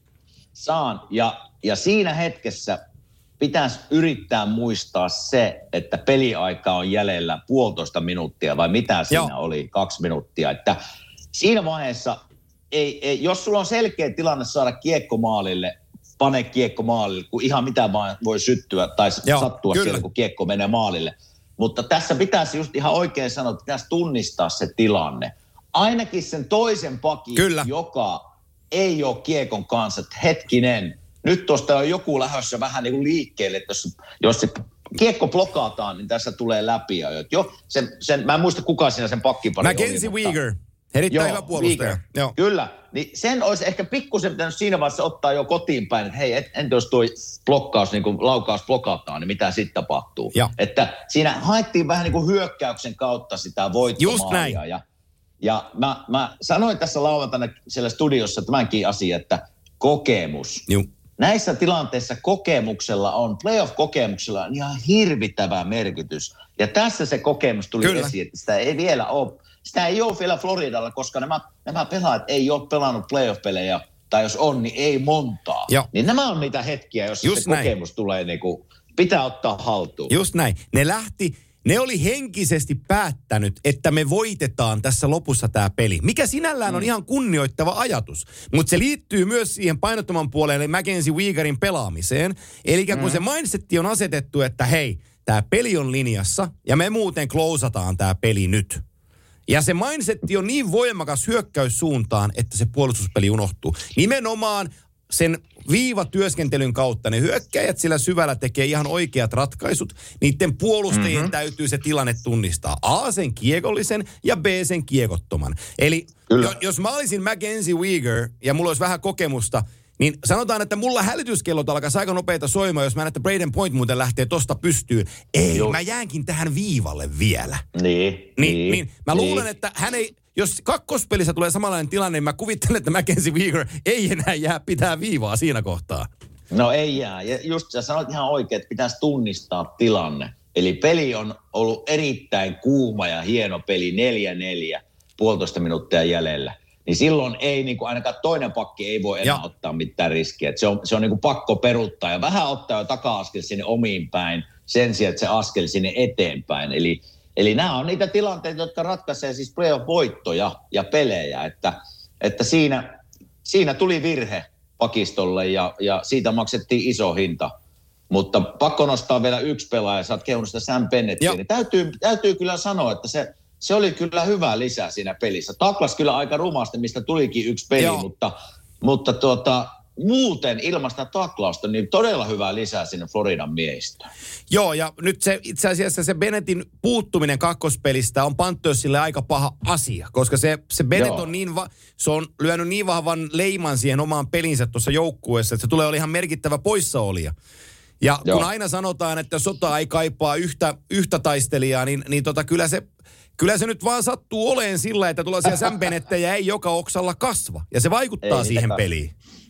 Saan. Ja, ja siinä hetkessä... pitäisi yrittää muistaa se, että peliaika on jäljellä puolitoista minuuttia, vai mitä siinä Joo. oli, kaksi minuuttia. Että siinä vaiheessa, ei, ei, jos sulla on selkeä tilanne saada kiekko maalille, pane kiekko maalille, kun ihan mitä vaan voi syttyä tai Joo, sattua kyllä. siellä, kun kiekko menee maalille. Mutta tässä pitäisi just ihan oikein sanoa, että pitäisi tunnistaa se tilanne. Ainakin sen toisen pakin, kyllä. joka ei ole kiekon kanssa, että hetkinen, nyt tuosta on joku lähdössä vähän niin kuin liikkeelle, että jos, jos se kiekko blokataan, niin tässä tulee läpi. Jo, sen, sen, mä en muista kuka siinä sen pakkipari oli. Mackenzie Weegar. Erittäin hyvä puolustaja. Joo. Kyllä. Niin sen olisi ehkä pikkusen pitänyt siinä vaiheessa ottaa jo kotiin päin, että hei, entä jos tuo blokkaus, niin kuin laukaus blokataan, niin mitä sitten tapahtuu? Ja. Että siinä haettiin vähän niin kuin hyökkäyksen kautta sitä voittomaalia. Ja, ja mä, mä sanoin tässä lauantaina siellä studiossa tämänkin asian, että kokemus. Joo. Näissä tilanteissa kokemuksella on, playoff-kokemuksella on ihan hirvittävä merkitys. Ja tässä se kokemus tuli Kyllä. esiin, että sitä ei vielä ole, sitä ei ole vielä Floridalla, koska nämä, nämä pelaajat ei ole pelannut playoff-pelejä, tai jos on, niin ei montaa. Joo. Niin nämä on niitä hetkiä, joissa Just se näin. kokemus tulee, niin kuin, pitää ottaa haltuun. Just näin. Ne lähti... Ne oli henkisesti päättänyt, että me voitetaan tässä lopussa tämä peli. Mikä sinällään on mm. ihan kunnioittava ajatus. Mutta se liittyy myös siihen painottoman puoleen, eli Mackenzie Weegarin pelaamiseen. Eli kun mm. se mindsetti on asetettu, että hei, tämä peli on linjassa ja me muuten klousataan tämä peli nyt. Ja se mindsetti on niin voimakas hyökkäyssuuntaan, että se puolustuspeli unohtuu. Nimenomaan sen viivatyöskentelyn kautta ne hyökkäjät sillä syvällä tekee ihan oikeat ratkaisut. Niiden puolustajien mm-hmm. täytyy se tilanne tunnistaa. A sen kiekollisen ja B sen kiekottoman. Eli jo, jos mä olisin Mackenzie Weegar ja mulla olisi vähän kokemusta, niin sanotaan, että mulla hälytyskellot alkaisi aika nopeita soimaan, jos mä näen, että Braden Point muuten lähtee tosta pystyyn. Ei, Joo. mä jäänkin tähän viivalle vielä. Niin, niin, niin, niin Mä niin. luulen, että hän ei, jos kakkospelissä tulee samanlainen tilanne, niin mä kuvittelen, että Mackenzie Weegar ei enää jää pitää viivaa siinä kohtaa. No ei jää. Ja just sä sanoit ihan oikein, että pitäisi tunnistaa tilanne. Eli peli on ollut erittäin kuuma ja hieno peli, neljä neljä, puolitoista minuuttia jäljellä. Niin silloin ei, niin kuin ainakaan toinen pakki ei voi enää ja. ottaa mitään riskiä. Et se on, se on niin kuin pakko peruuttaa ja vähän ottaa jo taka-askel sinne omiin päin sen sijaan, että se askel sinne eteenpäin. Eli, eli nämä on niitä tilanteita, jotka ratkaisee siis playoff-voittoja ja pelejä. Että, että siinä, siinä tuli virhe pakistolle ja, ja siitä maksettiin iso hinta. Mutta pakko nostaa vielä yksi pelaaja, sä oot kehunut sitä Sam Bennettiä. Niin täytyy, täytyy kyllä sanoa, että se... Se oli kyllä hyvä lisä siinä pelissä. Taklas kyllä aika rumasti, mistä tulikin yksi peli, Joo. mutta, mutta tuota, muuten ilmasta taklausta, niin todella hyvä lisää sinne Floridan miehistä. Joo, ja nyt se itse asiassa se Bennettin puuttuminen kakkospelistä on Panthersille aika paha asia, koska se, se Bennett on niin, va, se on lyönyt niin vahvan leiman siihen omaan pelinsä tuossa joukkueessa, että se tulee olla ihan merkittävä poissaolija. Ja Joo. kun aina sanotaan, että sota ei kaipaa yhtä, yhtä taistelijaa, niin, niin tota, kyllä se... Kyllä se nyt vaan sattuu oleen sillä, että tuollaisia Sam Bennettejä ei joka oksalla kasva. Ja se vaikuttaa ei siihen peliin.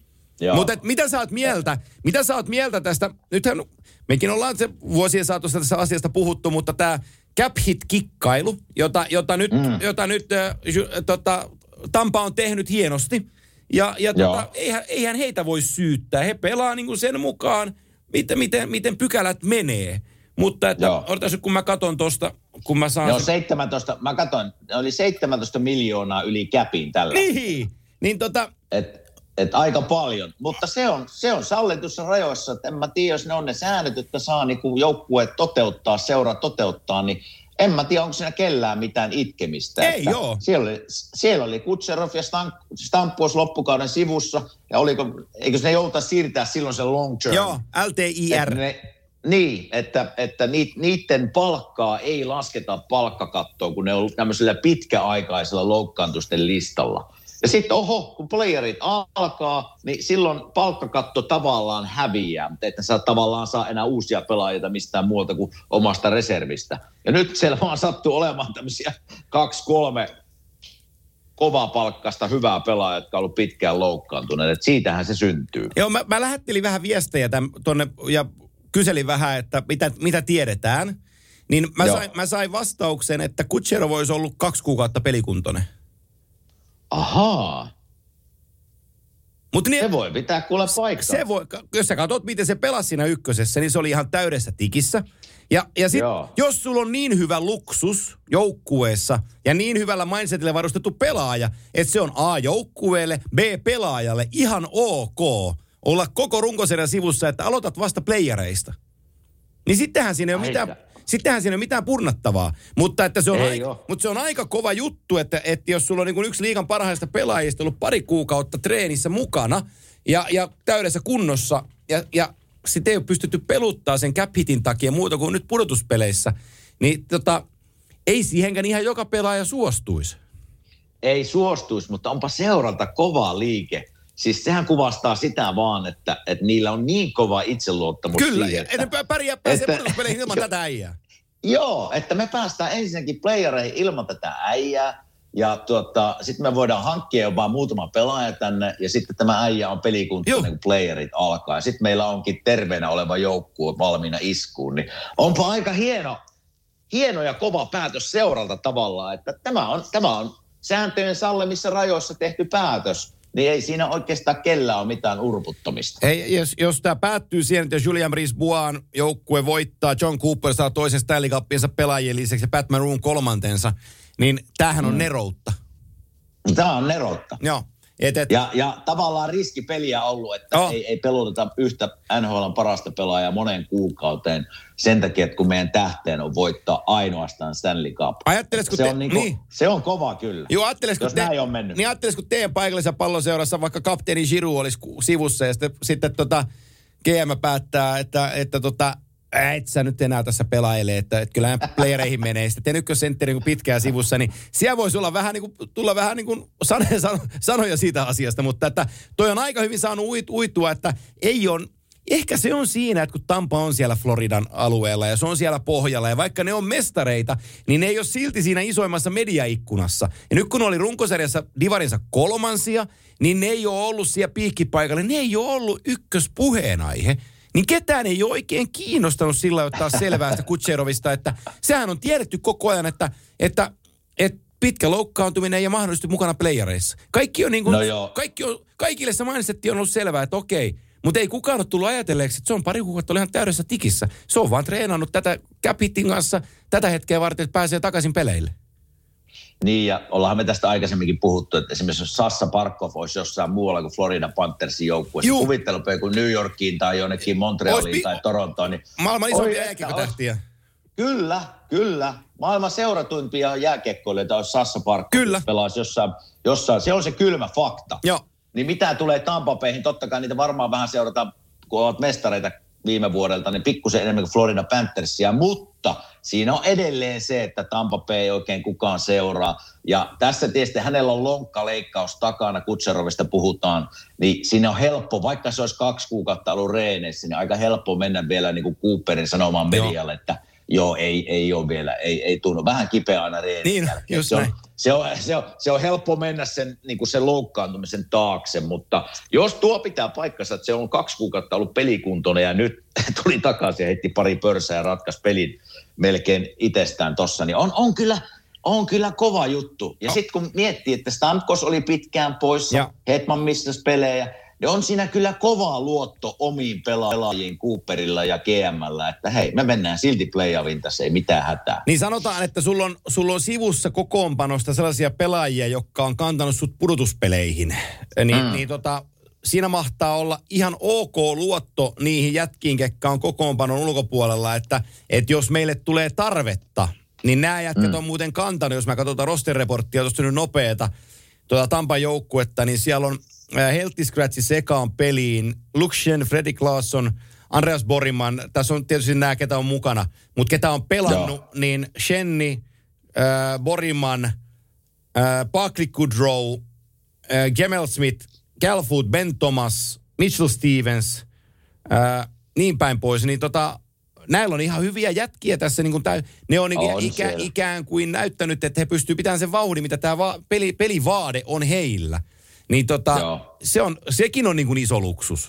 Mutta mitä sä oot mieltä? Mitä sä oot mieltä tästä? Nythän mekin ollaan se vuosien saatossa tässä asiasta puhuttu, mutta tämä cap hit kikkailu, jota, jota nyt, mm. jota nyt äh, tota, Tampa on tehnyt hienosti. Ja, ja tota, eihän, eihän heitä voi syyttää. He pelaa niinku sen mukaan, miten, miten, miten pykälät menee. Mutta että odotas, kun mä katon tuosta, kun mä saan... Joo, seitsemäntoista, mä katon, oli seitsemäntoista miljoonaa yli käpin tällä. Niin, niin tota... Et, et aika paljon, mutta se on, se on sallitussa rajoissa, että en mä tiedä, jos ne on ne säännöt, jotka saa niinku joukkueet toteuttaa, seura toteuttaa, niin en mä tiedä, onko siinä kellään mitään itkemistä. Ei, joo. Siellä oli, siellä oli Kutserov ja Stamkos loppukauden sivussa, ja oliko, eikö ne jouta siirtää silloin se long term? Joo, L T I R. Niin, että, että niiden palkkaa ei lasketa palkkakattoon, kun ne on tämmöisellä pitkäaikaisella loukkaantusten listalla. Ja sitten oho, kun playerit alkaa, niin silloin palkkakatto tavallaan häviää, mutta että sä tavallaan saa enää uusia pelaajia mistään muualta kuin omasta reservistä. Ja nyt siellä vaan sattuu olemaan tämmöisiä kaksi, kolme kovaa palkkasta hyvää pelaajaa, jotka on ollut pitkään loukkaantuneet. Että siitähän se syntyy. Joo, mä, mä lähettelin vähän viestejä tuonne ja kyselin vähän, että mitä, mitä tiedetään. Niin mä sain, mä sain vastauksen, että Kutserov olisi ollut kaksi kuukautta pelikuntoinen. Ahaa. Mut niin, se voi pitää kuule paikkaa. Se voi, jos sä katsot, miten se pelasi siinä ykkösessä, niin se oli ihan täydessä tikissä. Ja, ja sit, jos sulla on niin hyvä luksus joukkueessa ja niin hyvällä mindsetillä varustettu pelaaja, että se on A joukkueelle, B pelaajalle ihan ok olla koko runkosarjan sivussa, että aloitat vasta playereista. Niin sittenhän siinä ei ole mitään... Sittenhän siinä ei ole mitään purnattavaa, mutta, että se, on aika, mutta se on aika kova juttu, että, että jos sulla on niin kuin yksi liigan parhaista pelaajista ollut pari kuukautta treenissä mukana ja, ja täydessä kunnossa ja, ja sitten ei ole pystytty peluttaa sen cap hitin takia muuta kuin nyt pudotuspeleissä, niin tota, ei siihenkään ihan joka pelaaja suostuisi. Ei suostuisi, mutta onpa seuralta kova liike. Siis sehän kuvastaa sitä vaan, että, että niillä on niin kova itseluottamus. Kyllä, siihen, että ne pärjää pääsee pudotuspeleihin ilman tätä äijää. Joo, että me päästään ensinnäkin playereihin ilman tätä äijää. Ja tuota, sitten me voidaan hankkia jopa muutama pelaaja tänne. Ja sitten tämä äijä on pelikuntoinen, kun playerit alkaa. Ja sitten meillä onkin terveenä oleva joukkue valmiina iskuun. Niin onpa aika hieno, hieno ja kova päätös seuralta tavallaan. Että tämä on, tämä on sääntöjen sallimissa rajoissa tehty päätös. Niin ei siinä oikeastaan kellään ole mitään urputtamista. Ei, jos, jos tämä päättyy siihen, että Julian Brisebois joukkue voittaa, John Cooper saa toisen Stanley Cupinsa pelaajien lisäksi ja Pat Maroon kolmantensa, niin tämähän on mm. neroutta. Tämä on neroutta. Joo. Et, et, ja, ja tavallaan riskipeliä ollut, että oh. ei, ei peluteta yhtä N H L:n parasta pelaajaa moneen kuukauteen sen takia, että kun meidän tähteen on voittaa ainoastaan Stanley Cup. Ajattelisiko se, te, on niinku, niin. se on kova kyllä, Joo, jos te, näin on mennyt. Niin ajattelisiko teidän paikallisessa palloseurassa vaikka kapteeni Giroud olisi sivussa ja sitten, sitten tota, G M päättää, että, että tota, et sä nyt enää tässä pelailee, että, että kyllähän playereihin menee. Sitten te ykkössentteri niin pitkään sivussa, niin siellä voisi olla vähän niin kuin, tulla vähän niin kuin sanoja, sanoja siitä asiasta, mutta että toi on aika hyvin saanut uit, uittua, että ei on, ehkä se on siinä, että kun Tampa on siellä Floridan alueella ja se on siellä pohjalla ja vaikka ne on mestareita, niin ne ei ole silti siinä isoimmassa mediaikkunassa. Ja nyt kun ne oli runkosarjassa divarinsa kolmansia, niin ne ei ole ollut siellä piikkipaikalla, ne ei ole ollut ykköspuheenaihe. Niin ketään ei ole oikein kiinnostanut sillä ottaa selvää sitä Kutserovista, että sehän on tiedetty koko ajan, että, että, että pitkä loukkaantuminen ja mahdollisesti mukana playereissa. Kaikki on niin kuin, no kaikki on, kaikille se mindsetti on ollut selvää, että okei, mutta ei kukaan ole tullut ajatelleeksi, että se on pari kuukautta ihan täydessä tikissä. Se on vaan treenannut tätä cap hitin kanssa tätä hetkeä varten, että pääsee takaisin peleille. Niin, ja ollaanhan me tästä aikaisemminkin puhuttu, että esimerkiksi jos Sassa Barkov olisi jossain muualla kuin Florida Panthersin joukkueessa, kuvittelupe kuin New Yorkiin tai jonnekin Montrealiin pi- tai Torontoon, niin maailman isompia jääkiekkotähtiä. Kyllä, kyllä. Maailman seuratuimpia jääkiekkoilijoita olisi Sassa Barkov. Kyllä. Pelaisi jossain, jossain, se on se kylmä fakta. Joo. Niin mitä tulee Tampa Bayhin, totta kai niitä varmaan vähän seurataan, kun ovat mestareita viime vuodelta, niin pikkusen enemmän kuin Florida Panthersia, mutta siinä on edelleen se, että Tampa Bay ei oikein kukaan seuraa. Ja tässä tietysti hänellä on lonkkaleikkaus takana, Kutserovista puhutaan, niin siinä on helppo, vaikka se olisi kaksi kuukautta ollut reeneissä, niin aika helppo mennä vielä niin kuin Cooperin sanomaan medialle, että joo, ei, ei ole vielä, ei, ei tunnu. Vähän kipeä aina reenin niin, jälkeen. Se on, se, on, se, on, se on helppo mennä sen, niin kuin sen loukkaantumisen taakse, mutta jos tuo pitää paikkansa, että se on kaksi kuukautta ollut pelikuntoinen ja nyt tuli takaisin ja heitti pari pörsää ja ratkaisi pelin melkein itsestään tossa, niin on, on, kyllä, on kyllä kova juttu. Ja sitten kun miettii, että Stamkos oli pitkään poissa, ja Hedman missasi pelejä, niin on siinä kyllä kova luotto omiin pelaajiin Cooperilla ja G M:llä, että hei, me mennään silti play-offin tässä, ei mitään hätää. Niin sanotaan, että sulla on, sulla on sivussa kokoonpanosta sellaisia pelaajia, jotka on kantanut sut pudotuspeleihin. Ni, mm. Niin tota, siinä mahtaa olla ihan ok luotto niihin jätkiin, ketkä on kokoonpanon ulkopuolella, että, että jos meille tulee tarvetta, niin nämä jätkät mm. on muuten kantanut, jos mä katsotaan roster-reporttia, tuosta nyt nopeata, tuota Tampan joukkuetta, niin siellä on Healthy Scratchi sekaan peliin, Luke Shen, Fredrik Larsson, Andreas Boriman, tässä on tietysti nämä, ketä on mukana, mutta ketä on pelannut, Joo. niin Shenni, äh, Boriman, äh, Buckley Goodrow, äh, Gemel Smith, Cal Food, Ben Thomas, Mitchell Stevens, äh, niin päin pois, niin tota, näillä on ihan hyviä jätkiä tässä, niin kuin tää, ne on, on ikä, ikään kuin näyttänyt, että he pystyvät pitämään sen vauhdin, mitä tämä va- peli, pelivaade on heillä. Niin tota, se on, sekin on niin kuin iso luksus.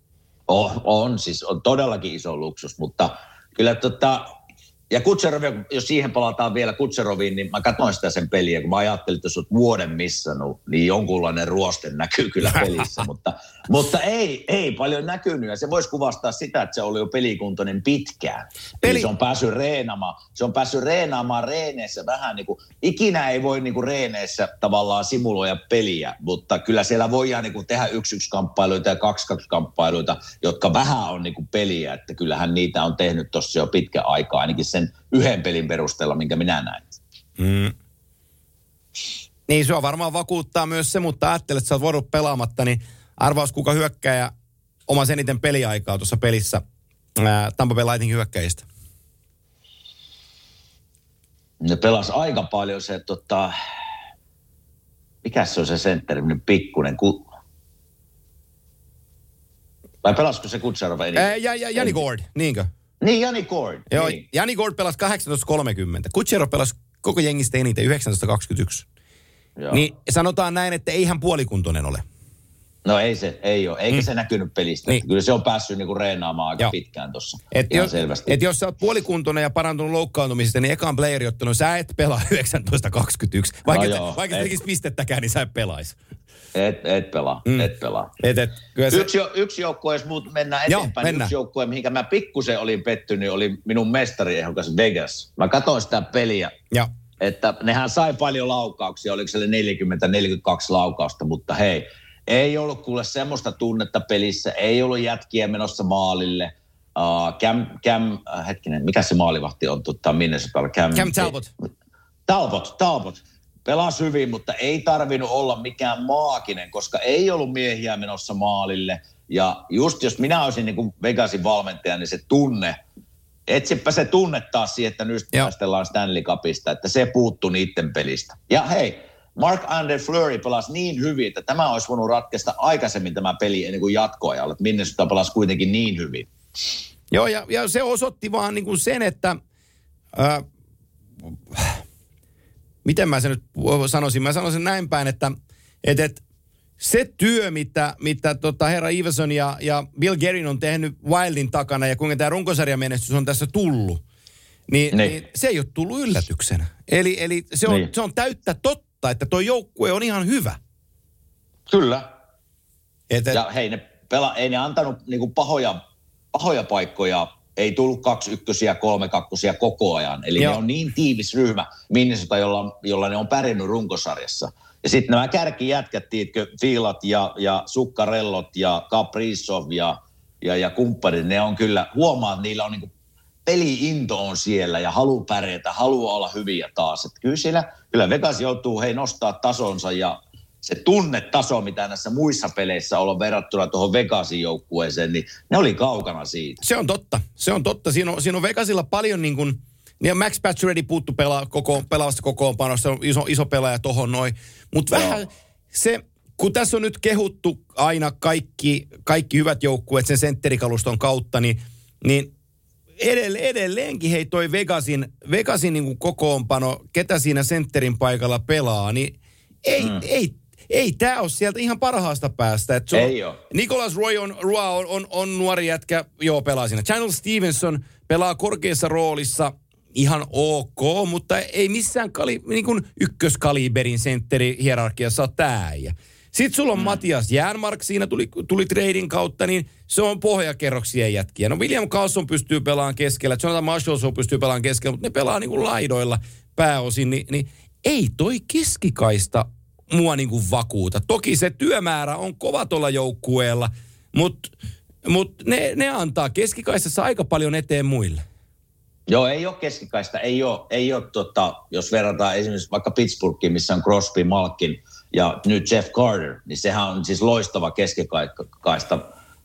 On, on, siis on todellakin iso luksus, mutta kyllä tota, ja Kutserov, jos siihen palataan vielä Kutseroviin, niin mä katsoin sitä sen peliä, kun mä ajattelin, että jos olet vuoden missannut, niin jonkunlainen ruoste näkyy kyllä pelissä, mutta, mutta ei, ei paljon näkynyt, ja se voisi kuvastaa sitä, että se oli jo pelikuntoinen pitkään. Peli... Se on päässyt reenaamaan, se on päässyt reenaamaan reeneissä vähän niin kuin, ikinä ei voi niin kuin reeneissä tavallaan simuloida peliä, mutta kyllä siellä voidaan niin kuin tehdä yksi yksi kamppailuita ja kaksi kaksi kamppailuita, jotka vähän on niin kuin peliä, että kyllähän niitä on tehnyt tuossa jo pitkä aikaa, ainakin sen yhden pelin perusteella, minkä minä näin. Mm. Niin, se on varmaan vakuuttaa myös se, mutta ajattelet, että sä oot voinut pelaamatta, niin arvaus kuka hyökkääjä oman eniten peliaikaa tuossa pelissä ää, Tampa Bay Lightning hyökkäjistä. Ne pelas aika paljon se, tota, mikä se on se sentteri, pikkunen, ku... vai pelasko se Kutserov eniten? Ää, ja, ja, Jani Gord, niinkö? Niin, Jani Gord. Joo, niin. Jani Gord pelasi kahdeksantoista kolmekymmentä. Kutserov pelasi koko jengistä eniten yhdeksäntoista kaksikymmentäyksi. Joo. Niin sanotaan näin, että ei hän puolikuntoinen ole. No ei se, ei ole. Eikä mm. se näkynyt pelistä. Niin. Kyllä se on päässyt niinku reenaamaan aika Joo. pitkään tuossa. Et ihan jos, selvästi. Et jos sä oot puolikuntoinen ja parantunut loukkaantumisesta, niin ekaan playeri ottanut, sä et pelaa yhdeksäntoista kaksikymmentäyksi. Vaikka no et, vaikka et tekisi pistettäkään, niin sä et pelaisi. Et, et pelaa, mm. et pelaa. Et, et, se... Yksi, yksi joukkue, jos muut mennään Joo, eteenpäin, mennään. Yksi joukkue, mihinkä mä pikkusen olin pettynyt, oli minun mestariehdokas Vegas. Mä katsoin sitä peliä. Ja. että nehän sai paljon laukauksia, oliko se neljäkymmentä neljäkymmentäkaksi laukausta, mutta hei, ei ollut kuule semmoista tunnetta pelissä, ei ollut jätkiä menossa maalille. Uh, Cam, Cam uh, hetkinen, mikä se maalivahti on tota, Minnesotalla? Cam, Cam Talbot. Talbot, Talbot. Pelasi hyvin, mutta ei tarvinnut olla mikään maaginen, koska ei ollut miehiä menossa maalille. Ja just jos minä olisin niin kuin Vegasin valmentaja, niin se tunne, etsipä se tunne taas siihen, että nyt taistellaan Stanley Cupista, että se puuttuu niiden pelistä. Ja hei, Marc-Andre Fleury pelasi niin hyvin, että tämä olisi voinut ratkaista aikaisemmin tämä peli ennen kuin jatkoajalla, että Minnesota pelasi kuitenkin niin hyvin. Joo, ja, ja se osoitti vaan niin kuin sen, että äh, miten mä sen nyt sanoisin? Mä sanoisin näin päin, että et, et, se työ, mitä, mitä tota herra Iverson ja, ja Bill Guerin on tehnyt Wildin takana ja kuinka tämä runkosarjamenestys on tässä tullut, niin, niin. niin se ei ole tullut yllätyksenä. Eli, eli se, on, niin. se on täyttä totta, että tuo joukkue on ihan hyvä. Kyllä. Et, et, ja hei, ne pela, ei ne antanut niinku pahoja, pahoja paikkoja. Ei tullut kaksi ykkösiä, kolme kakkosia koko ajan. Eli Joo. ne on niin tiivis ryhmä Minnesota, jolla, jolla ne on pärjännyt runkosarjassa. Ja sitten nämä kärkijätkät, tiedätkö, Fiilat ja, ja Sukkarellot ja Kaprizov ja, ja, ja kumppanit, ne on kyllä, huomaa, että niillä on niinku peli-into on siellä ja haluaa pärjätä, haluaa olla hyviä taas. Että kyllä siellä, kyllä Vegas joutuu hei nostaa tasonsa ja se tunnetaso, mitä näissä muissa peleissä on verrattuna tuohon Vegasin joukkueeseen, niin ne oli kaukana siitä. Se on totta, se on totta. Siinä on, siinä on Vegasilla paljon niin kuin, ja Max Pacioretty puuttu pelaa, koko, pelaavasta kokoonpanosta, on iso, iso pelaaja tohon noin. Mutta vähän se, kun tässä on nyt kehuttu aina kaikki, kaikki hyvät joukkueet sen sentterikaluston kautta, niin, niin edelle, edelleenkin hei toi Vegasin, Vegasin niin kuin kokoonpano, ketä siinä sentterin paikalla pelaa, niin ei, mm. ei Ei tämä ole sieltä ihan parhaasta päästä. Et ei ole. Nicholas Roy on, on, on, on nuori jätkä, joo pelaa siinä. Channel Stevenson pelaa korkeassa roolissa, ihan ok, mutta ei missään kali, niin kuin ykköskaliberin sentteri hierarkiassa ole tämä äijä. Sitten sulla on mm. Matias Järnmark, siinä tuli, tuli treidin kautta, niin se on pohjakerroksien jätkiä. No William Carlson pystyy pelaamaan keskellä, Jonathan Marshall pystyy pelaamaan keskellä, mutta ne pelaa niin kuin laidoilla pääosin, niin, niin ei toi keskikaista mua niin kuin vakuuta. Toki se työmäärä on kova tuolla joukkueella, mutta mut ne, ne antaa keskikaistassa aika paljon eteen muille. Joo, ei ole keskikaista. Ei ole, ei ole tota, jos verrataan esimerkiksi vaikka Pittsburghiin, missä on Crosby, Malkin ja nyt Jeff Carter, niin sehän on siis loistava keskikaista.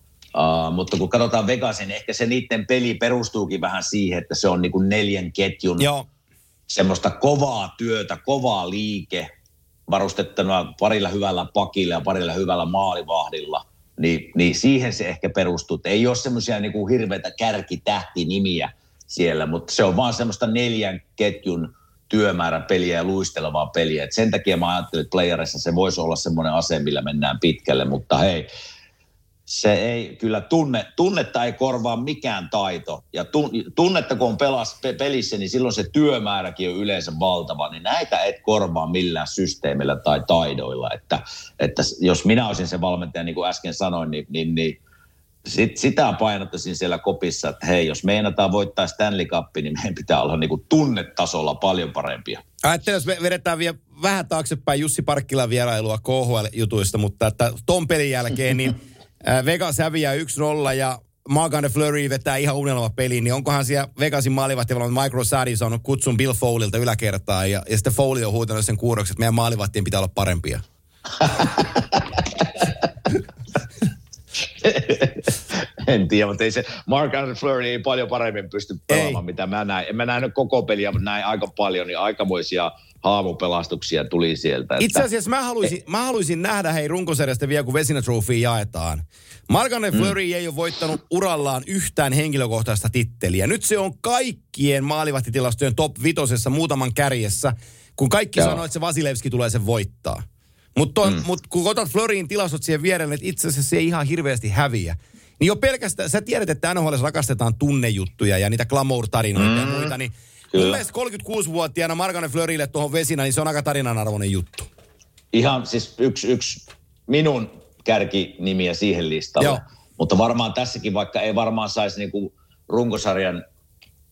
Uh, mutta kun katsotaan Vegasin, niin ehkä se niiden peli perustuukin vähän siihen, että se on niin kuin neljän ketjun Joo. semmoista kovaa työtä, kovaa liike, varustettuna parilla hyvällä pakilla ja parilla hyvällä maalivahdilla, niin, niin siihen se ehkä perustuu. Ei ole semmoisia niin kuin hirveitä kärkitähtinimiä siellä, mutta se on vaan semmoista neljän ketjun työmäärän peliä ja luistelevaa peliä. Et sen takia mä ajattelin, että playerissa se voisi olla semmoinen ase, millä mennään pitkälle, mutta hei, se ei kyllä tunne, tunnetta ei korvaa mikään taito. Ja tunnetta kun on pelas, pelissä, niin silloin se työmääräkin on yleensä valtava. Niin näitä et korvaa millään systeemillä tai taidoilla. Että, että jos minä olisin se valmentaja, niin kuin äsken sanoin, niin, niin, niin sit, sitä painottaisin siellä kopissa, että hei, jos meinataan voittaa Stanley Cup, niin meidän pitää olla niin kuin tunnetasolla paljon parempia. Ajattelen, jos me vedetään vielä vähän taaksepäin Jussi Parkkilan vierailua K H L-jutuista, mutta että ton pelin jälkeen niin Vegas häviää yksi nolla ja Marc-Andre Fleury vetää ihan unelma peliin, niin onkohan siellä Vegasin maalivahtivalmentaja Mike Rosati saanut kutsun Bill Foleylta yläkertaan ja, ja sitten Foley on huutanut sen kuuroksi, että meidän maalivahtien pitää olla parempia. En tiedä, mutta ei se Marc-Andre Fleury ei paljon paremmin pysty pelaamaan, ei. Mitä mä näin. En mä nähnyt koko peliä, mutta näin aika paljon, niin aikamoisia haamupelastuksia tuli sieltä. Että itse asiassa mä haluaisin, mä haluaisin nähdä hei runkosarjasta vielä, kun Vezina Trophy jaetaan. Marc-Andre Fleury mm. ei ole voittanut urallaan yhtään henkilökohtaista titteliä. Nyt se on kaikkien maalivahtitilastojen top vitosessa muutaman kärjessä, kun kaikki Joo. sanoo, että se Vasilevski tulee sen voittaa. Mutta mm. mut, kun otat Fleuryn tilastot siihen vierelle, että itse asiassa se ei ihan hirveästi häviä. Niin jo pelkästään, sä tiedät, että N H L:ssä rakastetaan tunnejuttuja ja niitä glamour-tarinoita mm. ja muita, niin Kyllä. mun mielestä kolmekymmentäkuusivuotiaana Marc-Andre Fleurylle tuohon Vesina, niin se on aika tarinanarvoinen juttu. Ihan siis yksi, yksi minun kärkinimiä siihen listalle. Joo. Mutta varmaan tässäkin, vaikka ei varmaan saisi niinku runkosarjan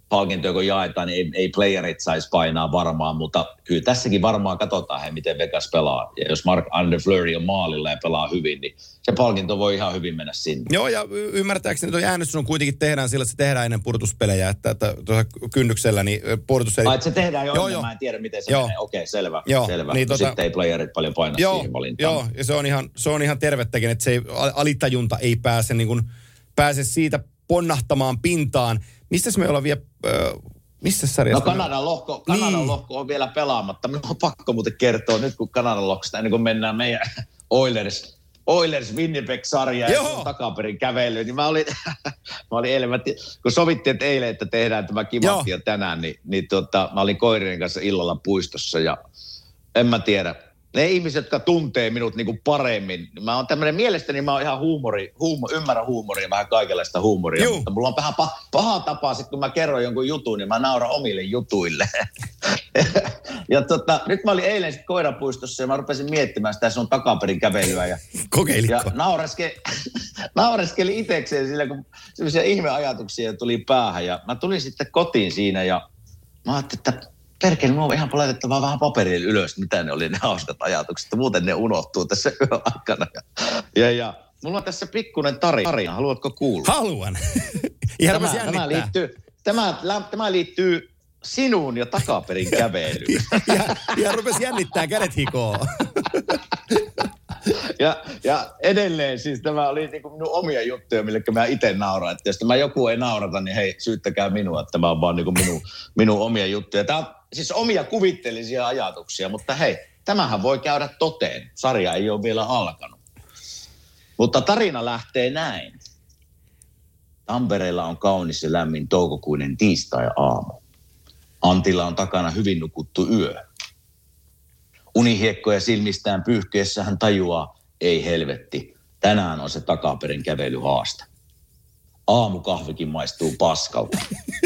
palkintoja kun jaetaan, niin ei, ei playerit saisi painaa varmaan, mutta kyllä tässäkin varmaan katsotaan, he, miten Vegas pelaa. Ja jos Mark Andre Fleury on maalilla ja pelaa hyvin, niin se palkinto voi ihan hyvin mennä sinne. Joo, ja y- ymmärtääkseni tuo äänestys on kuitenkin tehdään sillä, että se tehdään ennen pudotuspelejä, että, että tuossa kynnyksellä niin pudotuspelejä... Ai, että se tehdään jo, joo, ennen, joo. mä en tiedä, miten se joo. menee. Okei, selvä, joo, selvä. niin, No, tota... Sitten ei playerit paljon paina joo, siihen valintaan. Joo, ja se on ihan, se on ihan tervettäkin, että se ei, alitajunta ei pääse, niin kuin, pääse siitä ponnahtamaan pintaan. Mistäs me ollaan vielä... Äh, Missä sarjassa? No Kanadan lohko, Kanadan niin. lohko on vielä pelaamatta. Minun on pakko muuten kertoa nyt, kun Kanadan lohkosta, ennen kuin mennään meidän Oilers, Oilers Winnipeg-sarja ja sun takaperin kävely, niin mä olin, mä olin eilen, mä t- kun sovittiin, että eilen, että tehdään tämä kimantti jo tänään, niin, niin tuota, mä olin koirien kanssa illalla puistossa ja en mä tiedä. Ne ihmiset, jotka tuntee minut niin kuin paremmin, mä oon tämmöinen, mielestäni mä oon ihan huumori, huumo, ymmärrän huumoria, vähän kaikenlaista huumoria, Juh. mutta mulla on vähän paha, paha tapa, sit kun mä kerron jonkun jutun, niin mä nauran omille jutuille. ja tota, nyt mä olin eilen sit koirapuistossa ja mä rupesin miettimään sitä sun takaperin kävelyä. Ja, Kokeilitko? Ja naureskeli, naureskeli itsekseen sillä, kun sellaisia ihmeajatuksia tuli päähän. Ja mä tulin sitten kotiin siinä ja mä ajattelin, että perkele, minun on ihan laitettavaa vähän paperille ylös, mitä ne oli ne hauskat ajatukset. Muuten ne unohtuu tässä yön aikana. Ja, ja mulla on tässä pikkuinen tarina. Haluatko kuulla? Haluan. Ihan tämä, tämä, liittyy, tämä, tämä liittyy sinuun ja takaperin kävelyyn. ja, ja rupesi jännittää, kädet hikoo. ja, ja edelleen siis tämä oli niin kuin minun omia juttuja, mille mä itse nauraan. Että jos tämä joku ei naurata, niin hei, syyttäkää minua, että tämä on vaan niin kuin minun, minun omia juttuja. Tämä on siis omia kuvitteellisia ajatuksia, mutta hei, tämähän voi käydä toteen. Sarja ei ole vielä alkanut. Mutta tarina lähtee näin. Tampereella on kaunis ja lämmin toukokuinen tiistai-aamu. Antilla on takana hyvin nukuttu yö. Unihiekkoja silmistään pyyhkeessä hän tajuaa, ei helvetti, tänään on se takaperin kävelyhaaste. Aamukahvikin maistuu paskalta.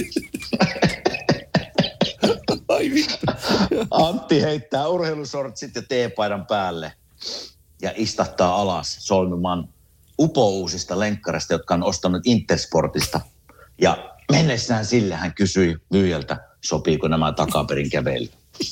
Antti heittää urheilusortsit ja teepaidan päälle ja istahtaa alas solmimaan upouusista lenkkareista, jotka on ostanut Intersportista. Ja mennessään sille hän kysyi myyjältä, sopiiko nämä takaperin kävely.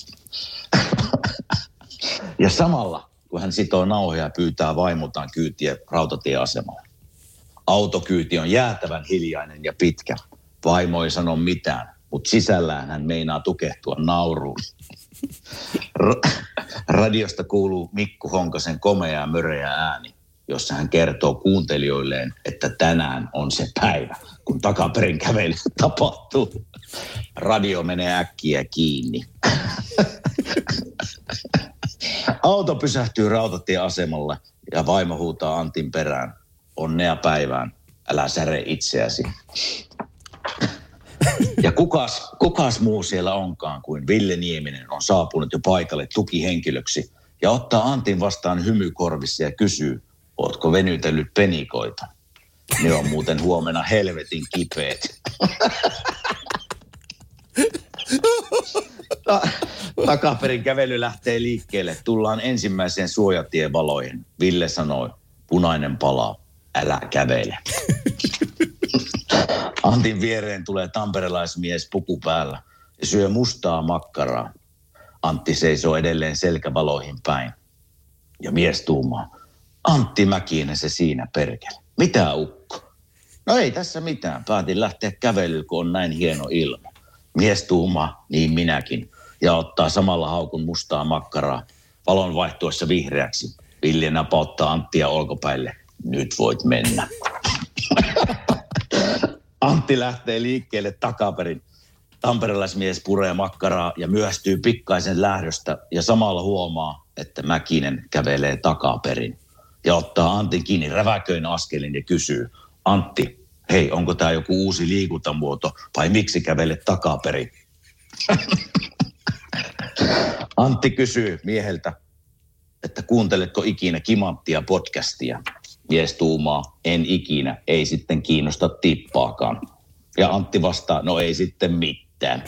Ja samalla, kun hän sitoo nauhoja ja pyytää vaimotaan kyytiä rautatieasemalla. Autokyyti on jäätävän hiljainen ja pitkä. Vaimo ei sano mitään, mutta sisällään hän meinaa tukehtua nauruun. Ra- radiosta kuuluu Mikku Honkasen komea möreä ääni, jossa hän kertoo kuuntelijoilleen, että tänään on se päivä, kun takaperin kävely tapahtuu. Radio menee äkkiä kiinni. Auto pysähtyy rautatieasemalle ja vaimo huutaa Antin perään. Onnea päivään, älä säre itseäsi. Ja kukas, kukas muu siellä onkaan kuin Ville Nieminen on saapunut jo paikalle tukihenkilöksi ja ottaa Antin vastaan hymykorvissa ja kysyy, ootko venytellyt penikoita? Ne on muuten huomenna helvetin kipeät. Takaperin kävely lähtee liikkeelle. Tullaan ensimmäiseen suojatievaloihin. Ville sanoi, punainen palaa, älä kävele. Antin viereen tulee tamperelaismies puku päällä ja syö mustaa makkaraa. Antti seisoo edelleen selkävaloihin päin. Ja mies tuumaa, Antti Mäkinen se siinä perkele. Mitä ukko? No ei tässä mitään. Päätin lähteä kävelyyn, kun on näin hieno ilma. Mies tuumaa, niin minäkin. Ja ottaa samalla haukun mustaa makkaraa. Valon vaihtuessa vihreäksi. Ville napauttaa Anttia olkopäille. Nyt voit mennä. Antti lähtee liikkeelle takaperin. Tamperelaismies puree makkaraa ja myöhästyy pikkaisen lähdöstä ja samalla huomaa, että Mäkinen kävelee takaperin. Ja ottaa Antin kiinni räväköin askelin ja kysyy, Antti, hei, onko tämä joku uusi liikuntamuoto vai miksi kävelet takaperin? Antti kysyy mieheltä, että kuunteletko ikinä Kimanttia podcastia? Mies tuumaa, en ikinä, ei sitten kiinnosta tippaakaan. Ja Antti vastaa, no ei sitten mitään.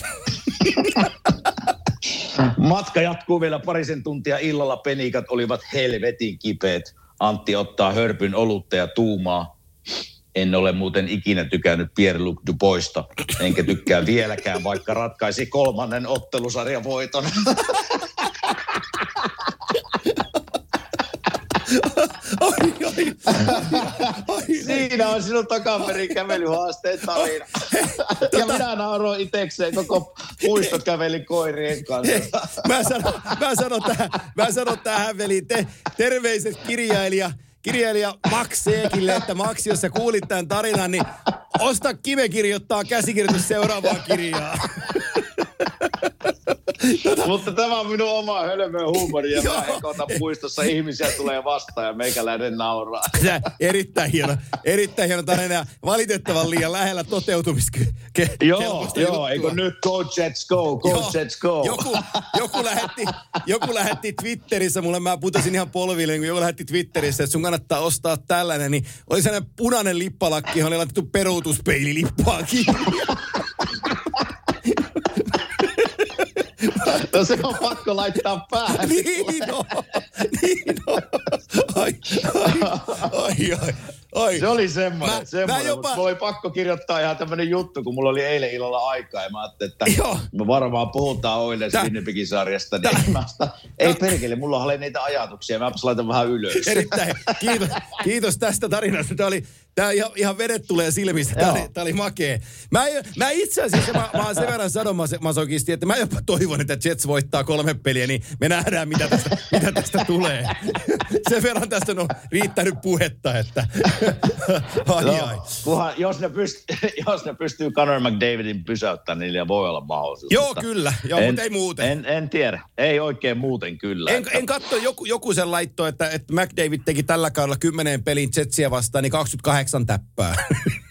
Matka jatkuu vielä parisen tuntia illalla, penikat olivat helvetin kipeät. Antti ottaa hörpyn olutta ja tuumaa, En ole muuten ikinä tykännyt Pierre-Luc Duboista, enkä tykkää vieläkään, vaikka ratkaisi kolmannen ottelusarjan voiton. Oi, oi, oi, Siinä on sinun takaperin kävelyhaasteen tarina. Ja minä nauroin itekseen koko puistokävelin koirien kanssa. Hei, mä sanon, mä sanon tähän, mä sanon tähän veliin, te, terveiset kirjailija, kirjailija Max Seekille, että Max, jos sä kuulit tämän tarinan, niin osta Kime kirjoittaa käsikirjoitus seuraavaa kirjaa. Mutta tämä on minun oma hölmö huumori ja mä ekota puistossa ihmisiä tulee vastaan ja meikäläinen nauraa. Erittäin hieno, erittäin hieno tarina ja valitettavan liian lähellä toteutumista. Joo, joo, eikö nyt go Jets go, go joo, Jets go. Joku, joku, lähetti, joku lähetti Twitterissä, mulle mä putosin ihan polville, kun joku lähetti Twitterissä, että sun kannattaa ostaa tällainen, niin oli sellainen punainen lippalakki, johon oli laitettu peruutuspeililippaakin. No se on pakko laittaa päähän. Niin on, niin on. Ai, ai, ai, ai, ai. Se oli semmoinen, mä, semmoinen. Mä jopa... Mulla oli pakko kirjoittaa ihan tämmöinen juttu, kun mulla oli eilen illalla aikaa ja mä ajattelin, että Joo. me varmaan puhutaan Oilers Winnipegiin sarjasta. Niin mä ei perkele, mulla oli niitä ajatuksia, mä laitan vähän ylös. Erittäin, kiitos, kiitos tästä tarinasta. Tämä oli, tää ihan, ihan vedet tulee silmistä, tämä oli, tää oli makea. Mä, mä itse asiassa, mä, mä oon sen verran sadomasokisti, että mä jopa toivon, että Jets voittaa kolme peliä, niin me nähdään, mitä tästä, mitä tästä tulee. Sen verran tästä on riittänyt puhetta, että ai no, ai. Kunhan, jos, ne pystyy, jos ne pystyy Connor McDavidin pysäyttämään, niin niillä voi olla mahdollisuus. Joo, kyllä. Joo, en, mutta ei muuten. En, en tiedä. Ei oikein muuten kyllä. En, että... en katso, joku, joku sen laittoi, että, että McDavid teki tällä kaudella kymmenen pelin Jetsiä vastaan, niin kaksikymmentäkahdeksan täppää.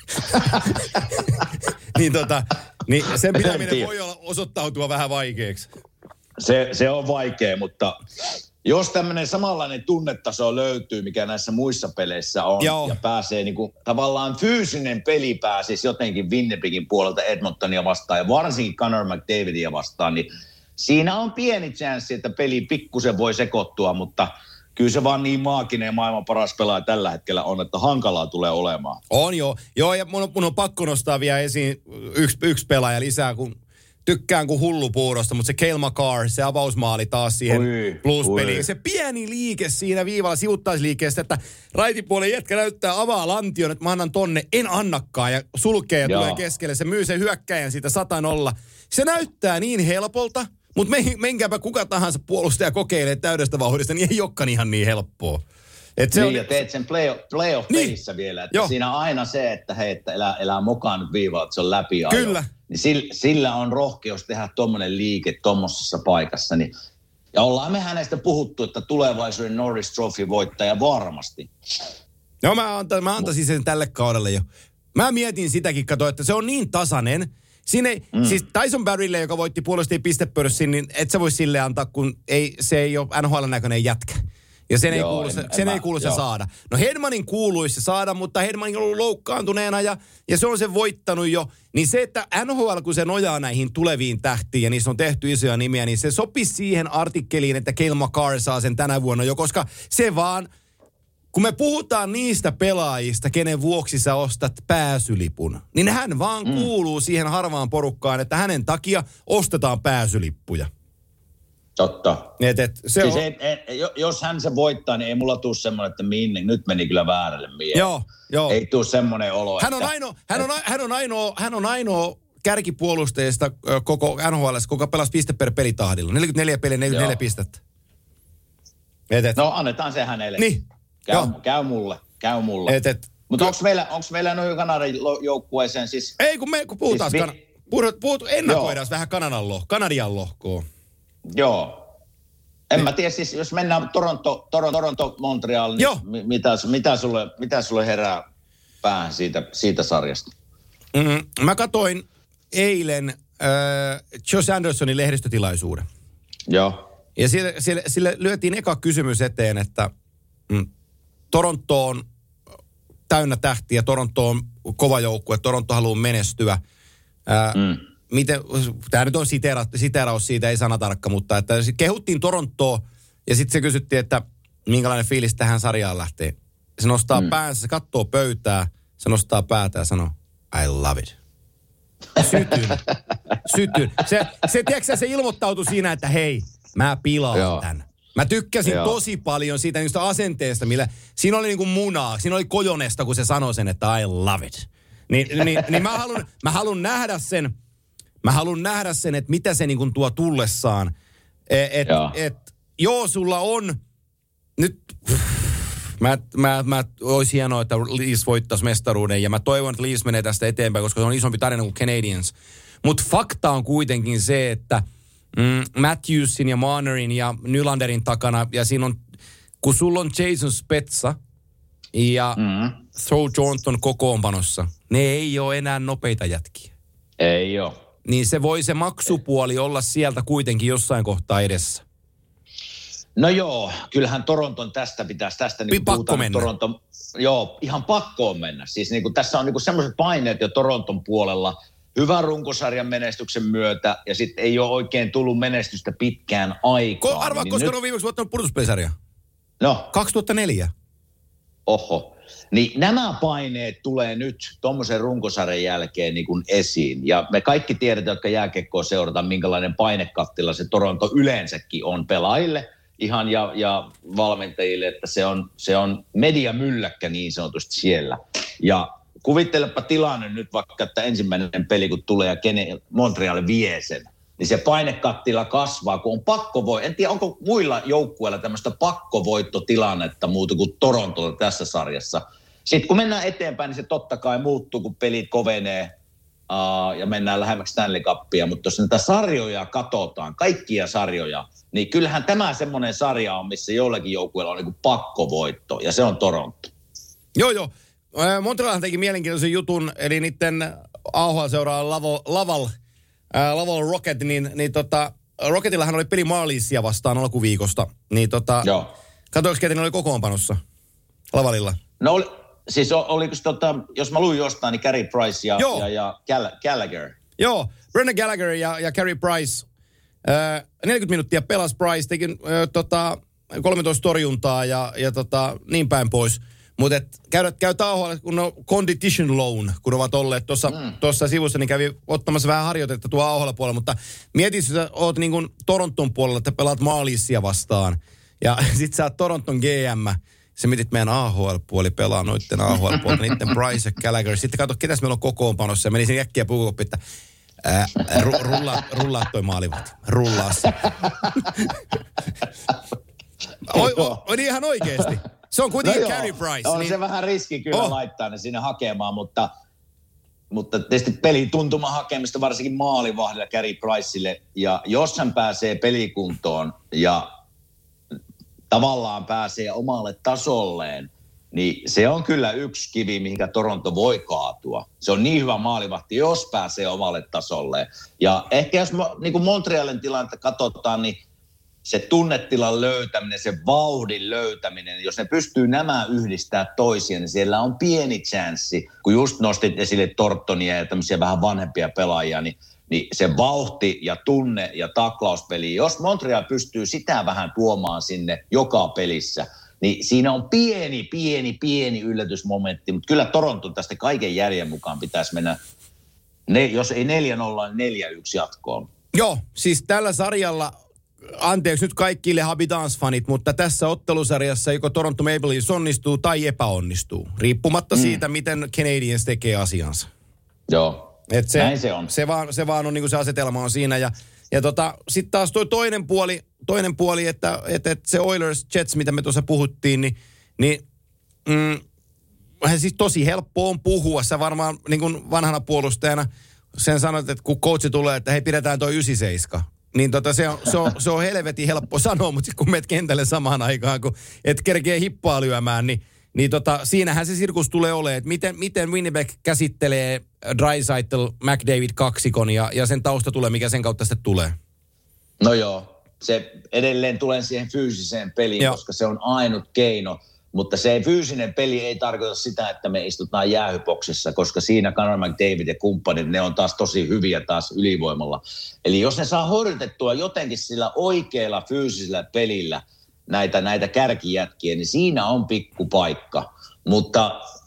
niin, tota, niin sen pitäminen voi olla, osoittautua vähän vaikeaksi. Se, se on vaikea, mutta jos tämmöinen samanlainen tunnetaso löytyy, mikä näissä muissa peleissä on, Joo. ja pääsee niinku, tavallaan fyysinen peli pääsisi jotenkin Winnipegin puolelta Edmontonia vastaan, ja varsinkin Connor McDavidia vastaan, niin siinä on pieni chanssi, että peli pikkusen voi sekoittua, mutta kyllä se vaan niin maaginen ja maailman paras pelaaja tällä hetkellä on, että hankalaa tulee olemaan. On joo. Joo, ja mun on, mun on pakko nostaa vielä esiin yksi, yksi pelaaja lisää, kun tykkään kuin hullupuurosta, mutta se Cale Makar, se avausmaali taas siihen Blues-peliin. Se pieni liike siinä viivalla sivuttaisliikeestä, että raitipuolen jätkä näyttää avaa lantion, että mä annan tonne, en annakaan ja sulkee ja Joo. tulee keskelle. Se myy sen hyökkäjän siitä sata nolla. Se näyttää niin helpolta, mutta menkääpä kuka tahansa puolustaja kokeilee täydestä vauhdista, niin ei olekaan ihan niin helppoa. Et se niin, on... ja teet sen playoff-pelissä niin. vielä. Että siinä on aina se, että hei, että elää, elää mukaan nyt viivalla, että se on läpi ajo. Kyllä. Niin sillä, sillä on rohkeus tehdä tommonen liike tommosessa paikassa. Niin, ja ollaan me hänestä puhuttu, että tulevaisuuden Norris Trophy voittaja varmasti. Joo, mä, anta, mä antaisin sen tälle kaudelle jo. Mä mietin sitäkin, kato, että se on niin tasainen. Siinä ei, mm. siis Tyson Barrylle, joka voitti puolustajien pistepörssin, niin et sä voi sille antaa, kun ei, se ei ole N H L-näköinen jätkä. Ja sen joo, ei kuulu, en, se, sen en ei kuulu mä, se saada. No Hedmanin kuuluisi se saada, mutta Hedman on ollut loukkaantuneena ja, ja se on sen voittanut jo. Niin se, että N H L, kun se nojaa näihin tuleviin tähtiin ja niissä on tehty isoja nimiä, niin se sopisi siihen artikkeliin, että Cale Makar saa sen tänä vuonna jo, koska se vaan, kun me puhutaan niistä pelaajista, kenen vuoksi sä ostat pääsylipun, niin hän vaan mm. kuuluu siihen harvaan porukkaan, että hänen takia ostetaan pääsylippuja. Totta. Et, et, se siis on... ei, ei, jos hän se voittaa, niin ei mulla tule semmoinen, että minne, nyt meni kyllä väärälle mieleen. Joo, joo. Ei tule semmoinen olo, hän on, että... ainoa, hän, on, hän, on ainoa, hän on ainoa kärkipuolustajista koko N H L:ssä, kuka pelasi piste per pelitahdilla. neljäkymmentäneljä peliä, neljäkymmentäneljä joo. pistettä. Et, et. No annetaan se hänelle. Niin. Käy, käy mulle, käy mulle. Et, et. Mutta onko meillä, meillä noin Kanadan joukkueeseen siis... Ei, kun me kun puhutaan, siis vi... kan... puhut, puhut, ennakoidaan vähän Kanadan lohkoa, Kanadian lohkoa. Joo. En mä tiedä, siis jos mennään Toronto, Toronto, Toronto Montreal, niin mi, mitä, mitä, sulle, mitä sulle herää päähän siitä, siitä sarjasta? Mm, mä katoin eilen äh, Josh Andersonin lehdistötilaisuuden. Joo. Ja sille, sille, sille lyötiin eka kysymys eteen, että mm, Toronto on täynnä tähtiä, Toronto on kova joukkue, Toronto haluaa menestyä. Äh, mm. Miten, tämä nyt on sitera, siteraus siitä, ei sanatarkka, mutta että kehuttiin Torontoa ja sitten se kysyttiin, että minkälainen fiilis tähän sarjaan lähtee. Se nostaa mm. päänsä, se katsoo pöytää, Se nostaa päätä ja sanoo, I love it. Sytyn. Sytyn. Se, se, tiedätkö, se ilmoittautui siinä, että hei, mä pilaan Joo. tän. Mä tykkäsin Joo. tosi paljon siitä niistä asenteesta, millä siinä oli niinku munaa, siinä oli Kojonesta, kun se sanoi sen, että I love it. Ni, niin, niin mä haluan mä haluan nähdä sen, mä haluan nähdä sen, että mitä se niinku tuo tullessaan. Et, joo. Et, joo, sulla on nyt... Mä, mä, mä olisi hienoa, että Leafs voittaisi mestaruuden ja mä toivon, että Leafs menee tästä eteenpäin, koska se on isompi tarina kuin Canadiens. Mutta fakta on kuitenkin se, että mm, Matthewsin ja Marnerin ja Nylanderin takana, ja siinä on, kun sulla on Jason Spezza ja mm. Joe Thornton kokoonpanossa, ne ei ole enää nopeita jätkiä. Ei ole. Niin se voi se maksupuoli olla sieltä kuitenkin jossain kohtaa edessä. No joo, kyllähän Toronton tästä pitäisi, tästä niin kuin pakko mennä. Toronton, joo, ihan pakko on mennä. Siis niin kuin tässä on niin kuin sellaiset paineet jo Toronton puolella hyvän runkosarjan menestyksen myötä, ja sitten ei ole oikein tullut menestystä pitkään aikaan. Ko, arvaa, niin koska nyt... on viimeksi voittanut pudotuspelisarja? No. kaksituhattaneljä. Oho. Niin nämä paineet tulee nyt tuommoisen runkosarjan jälkeen niin kuin esiin. Ja me kaikki tiedetään, jotka jääkiekkoa seurataan, minkälainen painekattila se Toronto yleensäkin on pelaajille ihan ja, ja valmentajille, että se on, se on mediamylläkkä niin sanotusti siellä. Ja kuvittelepa tilanne nyt vaikka, että ensimmäinen peli kun tulee ja Montreal vie sen, niin se painekattila kasvaa, kun on pakkovoi. En tiedä, onko muilla joukkueilla tämmöistä pakkovoittotilannetta muuta kuin Torontolla tässä sarjassa. Sitten kun mennään eteenpäin, niin se totta kai muuttuu, kun pelit kovenee uh, ja mennään lähemmäksi Stanley Cupia. Mutta jos näitä sarjoja katsotaan, kaikkia sarjoja, niin kyllähän tämä semmoinen sarja on, missä jollakin joukkueella on niin kuin pakkovoitto, ja se on Toronto. Joo, joo. Montreal teki mielenkiintoisen jutun, eli niiden A H L-seuraa Laval, Ää, Laval Rocket, niin, niin tota, Rocketillahan oli peli Marliessia vastaan alkuviikosta. Niin tota, joo. Katoinko ketä ne oli kokoonpanossa Lavalilla? No oli, siis oliko se tota, jos mä luin jostain, niin Carey Price ja, ja, ja Gall- Gallagher. Joo, Brendan Gallagher ja, ja Carey Price. Ää, neljäkymmentä minuuttia pelasi Price, teki ää, tota, kolmetoista torjuntaa ja, ja tota, niin päin pois. Mutta käy, käy A H L, kun on condition loan, kun ovat olleet tuossa mm. sivussa, niin kävi ottamassa vähän harjoitetta tuo A H L-puolella. Mutta mieti, jos sä oot niin kuin Toronton puolella, että pelaat Marliessia vastaan. Ja sit sä oot Toronton G M. Se mietit meidän A H L-puoli pelaa noitten A H L-puolella, niitten Price ja Gallagher. Sitten katso, ketäs meillä on kokoonpanossa. Ja meni sen äkkiä puukoppi, että ää, ru, rullaa, rullaa toi maalivahti. Rullaa se. Oi, o, on ihan oikeesti. Se on kuitenkin no Carey Price. On niin... se vähän riski kyllä oh. laittaa ne sinne hakemaan, mutta, mutta tietysti pelituntuma hakemista varsinkin maalivahdilla Carey Priceille. Ja jos hän pääsee pelikuntoon ja tavallaan pääsee omalle tasolleen, niin se on kyllä yksi kivi, mihinkä Toronto voi kaatua. Se on niin hyvä maalivahti, jos pääsee omalle tasolleen. Ja ehkä jos niin kuin Montrealin tilannetta katsotaan, niin se tunnetilan löytäminen, se vauhdin löytäminen, jos ne pystyy nämä yhdistää toisiaan, niin siellä on pieni chanssi, kun just nostit esille Thorntonia ja tämmöisiä vähän vanhempia pelaajia, niin, niin se vauhti ja tunne ja taklauspeli, jos Montreal pystyy sitä vähän tuomaan sinne joka pelissä, niin siinä on pieni, pieni, pieni yllätysmomentti, mutta kyllä Toronto tästä kaiken järjen mukaan pitäisi mennä, ne, jos ei neljä nolla, niin neljä yksi jatkoon. Joo, siis tällä sarjalla... Anteeksi nyt kaikille Habitants-fanit, mutta tässä ottelusarjassa joko Toronto Maple Leafs onnistuu tai epäonnistuu, riippumatta mm. siitä, miten Canadiens tekee asiansa. Joo, et se, näin se on. Se vaan, se vaan on niin kuin se asetelma on siinä. Ja, ja tota, sitten taas toi toinen puoli, toinen puoli että, että, että se Oilers Jets, mitä me tuossa puhuttiin, niin, niin mm, siis tosi helppo on puhua. Sä varmaan niin kuin vanhana puolustajana sen sanot, että kun coachi tulee, että hei, pidetään toi yhdeksänkymmentäseitsemän. Niin tota, se, on, se, on, se on helvetin helppo sanoa, mutta kun menet kentälle samaan aikaan, kun et kerkee hippaa lyömään, niin, niin tota, siinähän se sirkus tulee olemaan, että miten, miten Winnipeg käsittelee Draisaitl, McDavid kaksikon ja, ja sen tausta tulee, mikä sen kautta sitten tulee. No joo, se edelleen tulee siihen fyysiseen peliin, joo. Koska se on ainut keino. Mutta se fyysinen peli ei tarkoita sitä, että me istutaan jäähyboksissa, koska siinä Connor McDavid ja kumppanit, ne on taas tosi hyviä taas ylivoimalla. Eli jos ne saa horjutettua jotenkin sillä oikealla fyysisellä pelillä näitä, näitä kärkijätkiä, niin siinä on pikkupaikka. Mutta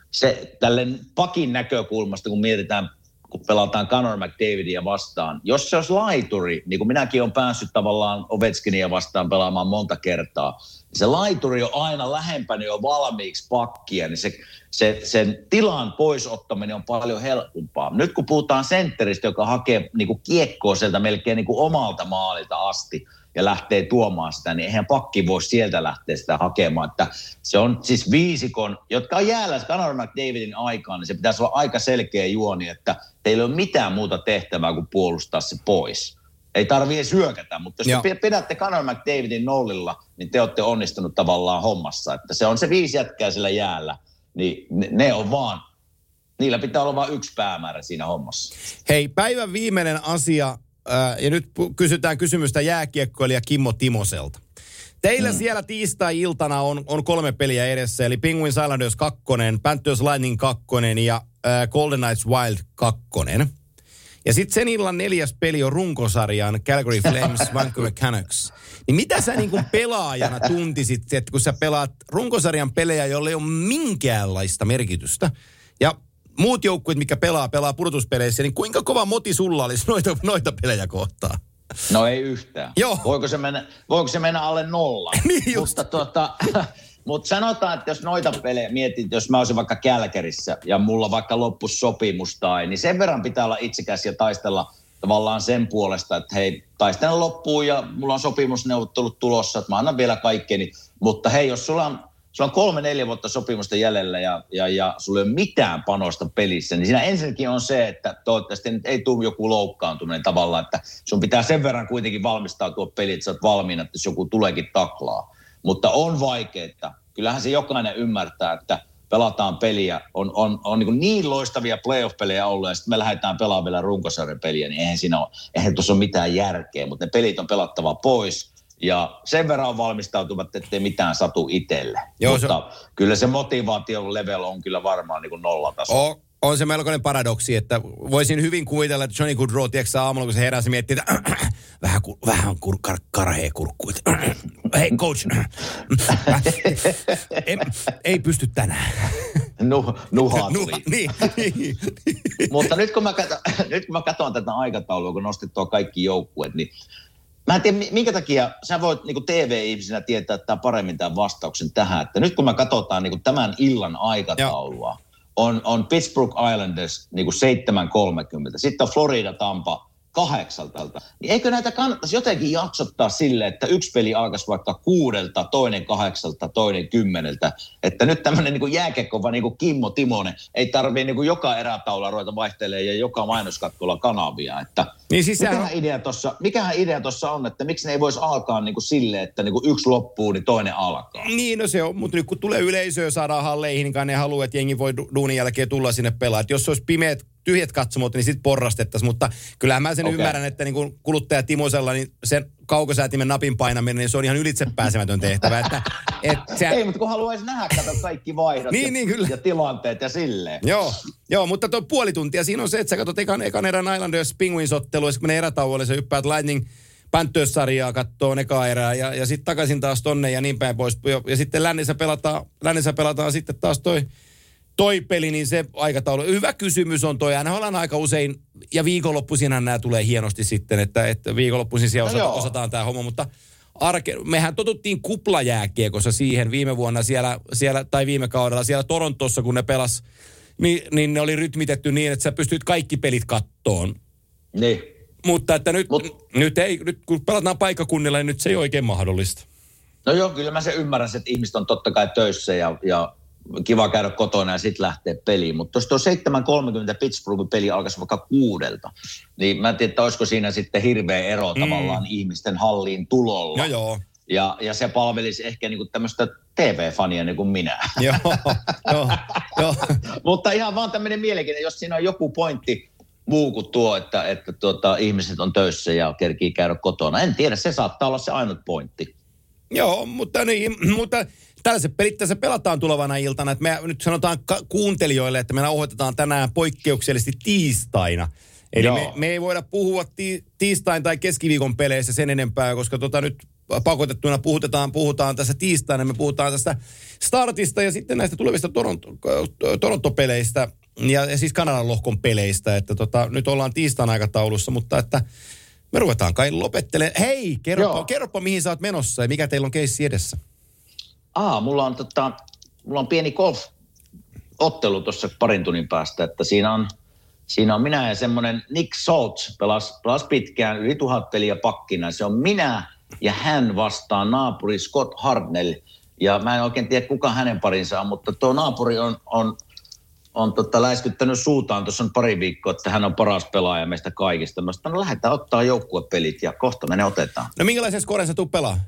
se tälle pakin näkökulmasta, kun mietitään, kun pelataan Conor McDavidia vastaan, jos se olisi laituri, niin kuin minäkin olen päässyt tavallaan Ovechkinia vastaan pelaamaan monta kertaa, niin se laituri on aina lähempänä jo valmiiksi pakkia, niin se, se, sen tilan poisottaminen on paljon helpompaa. Nyt kun puhutaan sentteristä, joka hakee niin kuin kiekkoa sieltä melkein niin kuin omalta maalilta asti, ja lähtee tuomaan sitä, niin eihän pakki voi sieltä lähteä sitä hakemaan. Että se on siis viisikon, jotka on jäällä Conor McDavidin aikaan, niin se pitäisi olla aika selkeä juoni, että teillä ei ole mitään muuta tehtävää kuin puolustaa se pois. Ei tarvitse edes hyökätä, mutta jos Joo. te pidätte Conor McDavidin nollilla, niin te olette onnistunut tavallaan hommassa. Että se on se viisi jätkää sillä jäällä, niin ne, ne on vaan, niillä pitää olla vain yksi päämäärä siinä hommassa. Hei, päivän viimeinen asia. Ja nyt kysytään kysymystä jääkiekkoilija Kimmo Timoselta. Teillä mm. siellä tiistai-iltana on, on kolme peliä edessä, eli Penguins Islanders kakkonen, Panthers Lightning kakkonen ja äh, Golden Knights Wild kakkonen. Ja sitten sen illan neljäs peli on runkosarjan Calgary Flames Vancouver Canucks. Niin mitä sä niin kuin pelaajana tuntisit, että kun sä pelaat runkosarjan pelejä, jolle ei ole minkäänlaista merkitystä, ja muut joukkueet, mikä pelaa, pelaa pudotuspeleissä, niin kuinka kova moti sulla olisi noita, noita pelejä kohtaan? No ei yhtään. Joo. Voiko se mennä, voiko se mennä alle nolla? Niin just. Mutta, tuota, mutta sanotaan, että jos noita pelejä mietit, jos mä olisin vaikka Kälkärissä ja mulla vaikka loppuisi sopimus tai, niin sen verran pitää olla itsekäs ja taistella tavallaan sen puolesta, että hei, taistelen loppuun ja mulla on sopimusneuvottelut tulossa, että mä annan vielä kaikkeni. Mutta hei, jos sulla on Sulla on kolme, neljä vuotta sopimusta jäljellä ja, ja, ja sulla ei ole mitään panosta pelissä, niin siinä ensinnäkin on se, että toivottavasti nyt ei tule joku loukkaantuminen tavallaan, että sun pitää sen verran kuitenkin valmistautua peliin, että sä oot valmiina, että jos joku tuleekin taklaa. Mutta on vaikeaa. Kyllähän se jokainen ymmärtää, että pelataan peliä, on, on, on niin, niin loistavia playoff-pelejä ollut ja sitten me lähdetään pelaamaan vielä runkosarjan peliä, niin eihän siinä ole, eihän tuossa ole mitään järkeä, mutta ne pelit on pelattava pois. Ja sen verran valmistautuvat, ettei mitään satu itselle. Joo, mutta se kyllä se motivaation level on kyllä varmaan niin kuin nollataso. On, on se melkoinen paradoksi, että voisin hyvin kuvitella, että Johnny Gaudreau, tiedätkö aamulla, kun se heräsi, miettii, että vähän, vähän kur, kar, karhea kurkku. Hei, coach, ei, ei pysty tänään. Nu, nuhaa tuli. Nuha, niin, niin. Mutta nyt kun, mä katson, nyt kun mä katson tätä aikataulua, kun nostettua kaikki joukkueet, niin mä en tiedä, minkä takia sä voit niin kuin T V-ihmisenä tietää tämän paremmin tämän vastauksen tähän, että nyt kun me katsotaan niin kuin tämän illan aikataulua, on, on Pittsburgh Islanders niin kuin seitsemän kolmekymmentä, sitten on Florida Tampa kahdeksalta. Niin eikö näitä kannattaisi jotenkin jaksottaa silleen, että yksi peli alkaisi vaikka kuudelta, toinen kahdeksalta, toinen kymmeneltä. Että nyt tämmöinen niin jääkekkova niin Kimmo Timonen ei tarvitse niin joka erätaulua ruveta vaihtelemaan ja joka mainoskatkolla kanavia. Että niin siis mikähän, on... idea tossa, mikähän idea tuossa on, että miksi ne ei voisi alkaa niin silleen, että niin yksi loppuu, niin toinen alkaa. Niin, no se on, mutta nyt kun tulee yleisöä, saadaan halleihin, niin kai ne haluaa, että jengi voi duunin jälkeen tulla sinne pelaa. Että jos se olisi pimeät, tyhjät katsomot, niin sitten porrastettaisiin, mutta kyllähän mä sen okay. ymmärrän, että niin kuin kuluttaja Timosella, niin sen kaukosäätimen napin painaminen, niin se on ihan ylitsepääsemätön tehtävä. Että, et se... Ei, mutta kun haluaisi nähdä, kato kaikki vaihdot niin, ja, niin, kyllä. ja tilanteet ja silleen. Joo, joo, mutta tuo puoli tuntia siinä on se, että sä katsot ekan, ekan erän Islanders Penguins-ottelu, ja sitten kun menee erätauolle, sä hyppäät Lightning Panthers-sarjaa kattoon eka erää, ja, ja sitten takaisin taas tonne ja niin päin pois. Ja, ja sitten lännissä pelataan, lännissä pelataan sitten taas toi Toi peli, niin se aikataulu. Hyvä kysymys on toi. Aina ollaan aika usein, ja viikonloppuisinhan nämä tulee hienosti sitten, että, että viikonloppuisin siellä osata, no osataan tämä homma, mutta arke, mehän totuttiin kuplajääkiekossa siihen viime vuonna siellä, siellä, tai viime kaudella siellä Torontossa, kun ne pelas, niin, niin ne oli rytmitetty niin, että sä pystyt kaikki pelit kattoon. Niin. Mutta että nyt, Mut, nyt, ei, nyt kun pelataan paikkakunnilla, niin nyt se ei oikein mahdollista. No joo, kyllä mä sen ymmärrän, että ihmiset on totta kai töissä ja, ja kiva käydä kotona ja sitten lähteä peliin. Mutta jos tuo seitsemän kolmekymmentä Pittsburghin peli alkaisi vaikka kuudelta, niin mä en tiedä, että olisiko siinä sitten hirveä ero mm. tavallaan ihmisten halliin tulolla. No joo. Ja, ja se palvelisi ehkä niinku tämmöistä T V-fania niin kuin minä. Joo, joo, joo. Mutta ihan vaan tämmöinen mielenkiintoinen, jos siinä on joku pointti muu kuin tuo, että, että tuota, ihmiset on töissä ja kerkii käydä kotona. En tiedä, se saattaa olla se ainut pointti. Joo, mutta niin, mutta tällaiset pelit tässä pelataan tulevana iltana. Että me nyt sanotaan ka- kuuntelijoille, että me nauhoitetaan tänään poikkeuksellisesti tiistaina. Eli me, me ei voida puhua ti- tiistain tai keskiviikon peleissä sen enempää, koska tota nyt pakotettuina puhutaan, puhutaan tässä tiistaina, me puhutaan tästä startista ja sitten näistä tulevista Toronto, Toronto-peleistä ja, ja siis Kanadan lohkon peleistä, että tota, nyt ollaan tiistain aikataulussa, mutta että me ruvetaan kai lopettelemaan. Hei, kerropa, kerropa mihin sä oot menossa ja mikä teillä on keissi edessä? Aa, mulla on, tota, mulla on pieni golf-ottelu tuossa parin tunnin päästä, että siinä on, siinä on minä ja semmoinen Nick Schultz, pelasi, pelasi pitkään, yli tuhat peliä pakkina. Se on minä ja hän vastaan naapuri Scott Hartnell. Ja mä en oikein tiedä, kuka hänen parinsa on, mutta tuo naapuri on, on, on tota, läiskyttänyt suutaan tuossa on pari viikkoa, että hän on paras pelaaja meistä kaikista. Mä sanoin, no lähdetään ottaa joukkuepelit ja kohta me ne otetaan. No minkälaisen skoren sä tuu pelaa?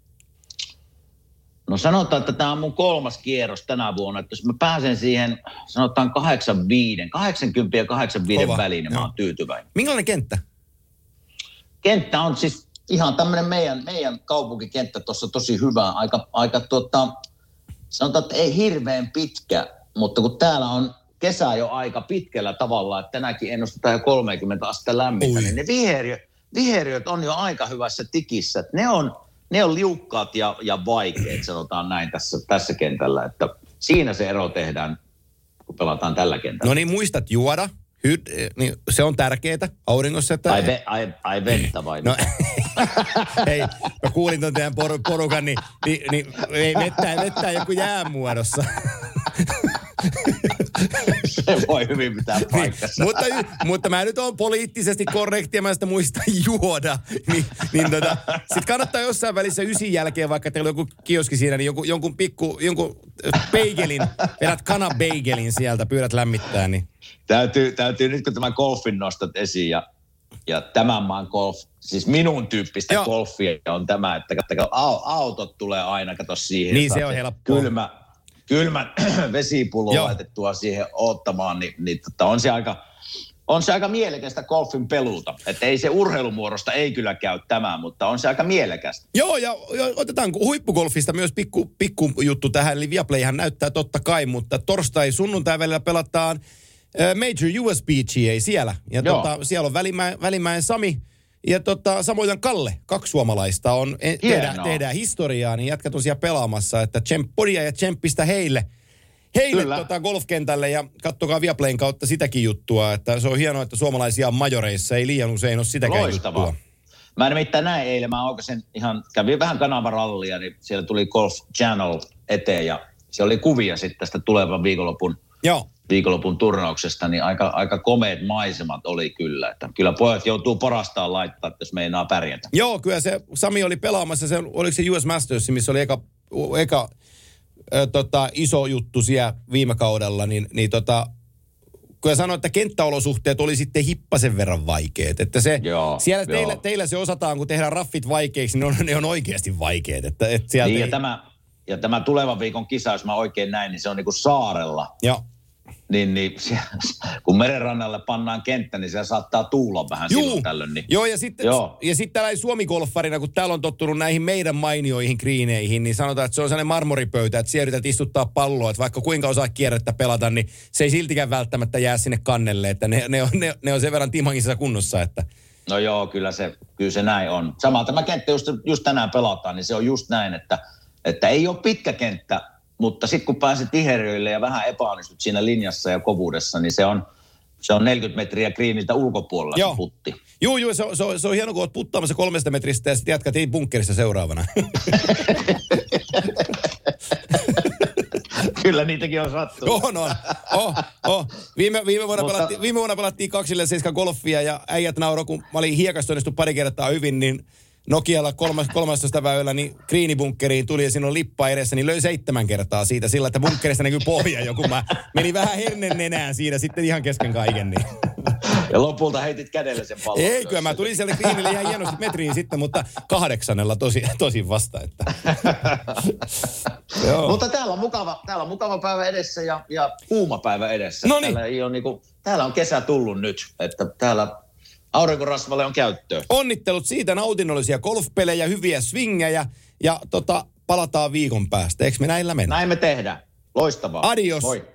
No sanotaan, että tämä on mun kolmas kierros tänä vuonna, että jos mä pääsen siihen, sanotaan kahdeksankymmentäviisi, kahdeksankymmentä ja kahdeksankymmentäviisi Kova. Väliin, niin mä oon tyytyväinen. Minkälainen kenttä? Kenttä on siis ihan tämmöinen meidän, meidän kaupunkikenttä tuossa tosi hyvä. Aika, aika tota, sanotaan, että ei hirveän pitkä, mutta kun täällä on kesä jo aika pitkällä tavalla, että tänäkin ennustetaan jo kolmekymmentä astetta lämmintä, niin ne viheriöt, viheriöt on jo aika hyvässä tikissä. Että ne on... Ne on liukkaat ja, ja vaikeat, sanotaan näin tässä, tässä kentällä, että siinä se ero tehdään, kun pelataan tällä kentällä. No niin, muistat juoda, Hy- niin se on tärkeää auringossa. Että... Ai, ve, ai, ai vettä vai? No, hei, mä kuulin ton teidän por- porukan, niin, niin, niin ei vettä, vettä joku jäämuodossa. Se voi hyvin pitää paikkansa. Niin, mutta, mutta mä nyt oon poliittisesti korrekti ja mä sitä muistan juoda. Niin, niin tota, sit kannattaa jossain välissä ysin jälkeen, vaikka teillä on joku kioski siinä, niin jonkun, jonkun pikku, jonkun beigelin, vedät kanabeigelin sieltä, pyydät lämmittää. Niin. Täytyy, täytyy nyt kun tämän golfin nostat esiin ja, ja tämän maan golf, siis minun tyyppistä Joo. golfia on tämä, että katsotaan, autot tulee aina, kato siihen. Niin se on helppoa. Kylmä. Kylmän vesipullo laitettua siihen odottamaan, niin, niin tota, on, se aika, on se aika mielekästä golfin peluuta. Että ei se urheilumuodosta ei kyllä käy tämä, mutta on se aika mielekästä. Joo, ja, ja otetaan huippugolfista myös pikku, pikku juttu tähän. Eli Viaplayhän näyttää totta kai, mutta torstai sunnuntai välillä pelataan äh, Major U S P G A siellä. Ja tota, siellä on Välimäen, Välimäen Sami ja tota, samoin Kalle, kaksi suomalaista on, tehdään, tehdään historiaa, niin jätkät on siellä pelaamassa, että tsemppodia ja tsemppistä heille, heille tota golfkentälle ja kattokaa Viaplayn kautta sitäkin juttua, että se on hienoa, että suomalaisia on majoreissa, ei liian usein ole sitäkään Loistavaa. Juttua. Mä nimittäin näin eilen, mä oikein ihan, kävin vähän kanavarallia, niin siellä tuli Golf Channel eteen ja se oli kuvia sitten tästä tulevan viikonlopun. Joo. viikonlopun turnauksesta, niin aika, aika komeat maisemat oli kyllä. Että kyllä pojat joutuu parastaan laittaa, jos meinaa pärjätä. Joo, kyllä se Sami oli pelaamassa, se, oliko se U S Masters, missä oli eka, eka ö, tota, iso juttu siellä viime kaudella, niin, niin tota, kyllä sanoin, että kenttäolosuhteet oli sitten hippasen verran vaikeat. Että se, joo, siellä teillä, teillä se osataan, kun tehdään raffit vaikeiksi, niin on, ne on oikeasti vaikeat. Että, että sieltä niin, ei... ja, tämä, ja tämä tulevan viikon kisa, jos mä oikein näin, niin se on niin kuin saarella. Joo. Niin, niin kun merenrannalle pannaan kenttä, niin siellä saattaa tuulla vähän Juu. silloin tällöin. Niin. Joo, ja sitten Joo. ja sit täällä Suomi-golfarina, kun täällä on tottunut näihin meidän mainioihin kriineihin, niin sanotaan, että se on sellainen marmoripöytä, että siellä yrität istuttaa palloa, että vaikka kuinka osaa kierrettä pelata, niin se ei siltikään välttämättä jää sinne kannelle, että ne, ne, on, ne, ne on sen verran timangissa kunnossa, että... No joo, kyllä se, kyllä se näin on. Sama tämä kenttä, just, just tänään pelataan, niin se on just näin, että, että ei ole pitkä kenttä, mutta sitten kun pääset tiheriöille ja vähän epäonnistut siinä linjassa ja kovuudessa, niin se on, se on neljäkymmentä metriä kriiniltä ulkopuolella joo. se putti. Joo, joo, se on, se, on, se on hieno, kun olet puttaamassa kolmesta metristä ja sitten jatkat bunkkerissa seuraavana. Kyllä niitäkin on sattunut. On, on. Oh, oh. Viime, viime, vuonna Mutta... pelattiin, viime vuonna pelattiin kaksille seiskan golfia ja äijät nauroi, kun mä olin hiekasta onnistu pari kertaa hyvin, niin Nokialla kolmas, kolmastoista väylällä, niin kriinibunkkeriin tuli ja siinä on lippaa edessä, niin löi seitsemän kertaa siitä sillä, että bunkkerista näkyy pohja joku. Mä menin vähän hernen nenään siinä sitten ihan kesken kaiken. Niin. Ja lopulta heitit kädellä sen pallon. Ei, kyllä mä tulin sieltä kriinille ihan hienosti metriin sitten, mutta kahdeksannella tosi, tosi vasta. Että. Mutta täällä on mukava, täällä on mukava päivä edessä ja, ja kuuma päivä edessä. Noniin. Täällä, ei ole niinku, täällä on kesä tullut nyt, että täällä... Aurinkorasvalle on käyttöön. Onnittelut siitä, nautinnollisia golfpelejä, hyviä swingejä ja tota, palataan viikon päästä. Eikö me näillä mennä? Näin me tehdään. Loistavaa. Adios. Moi.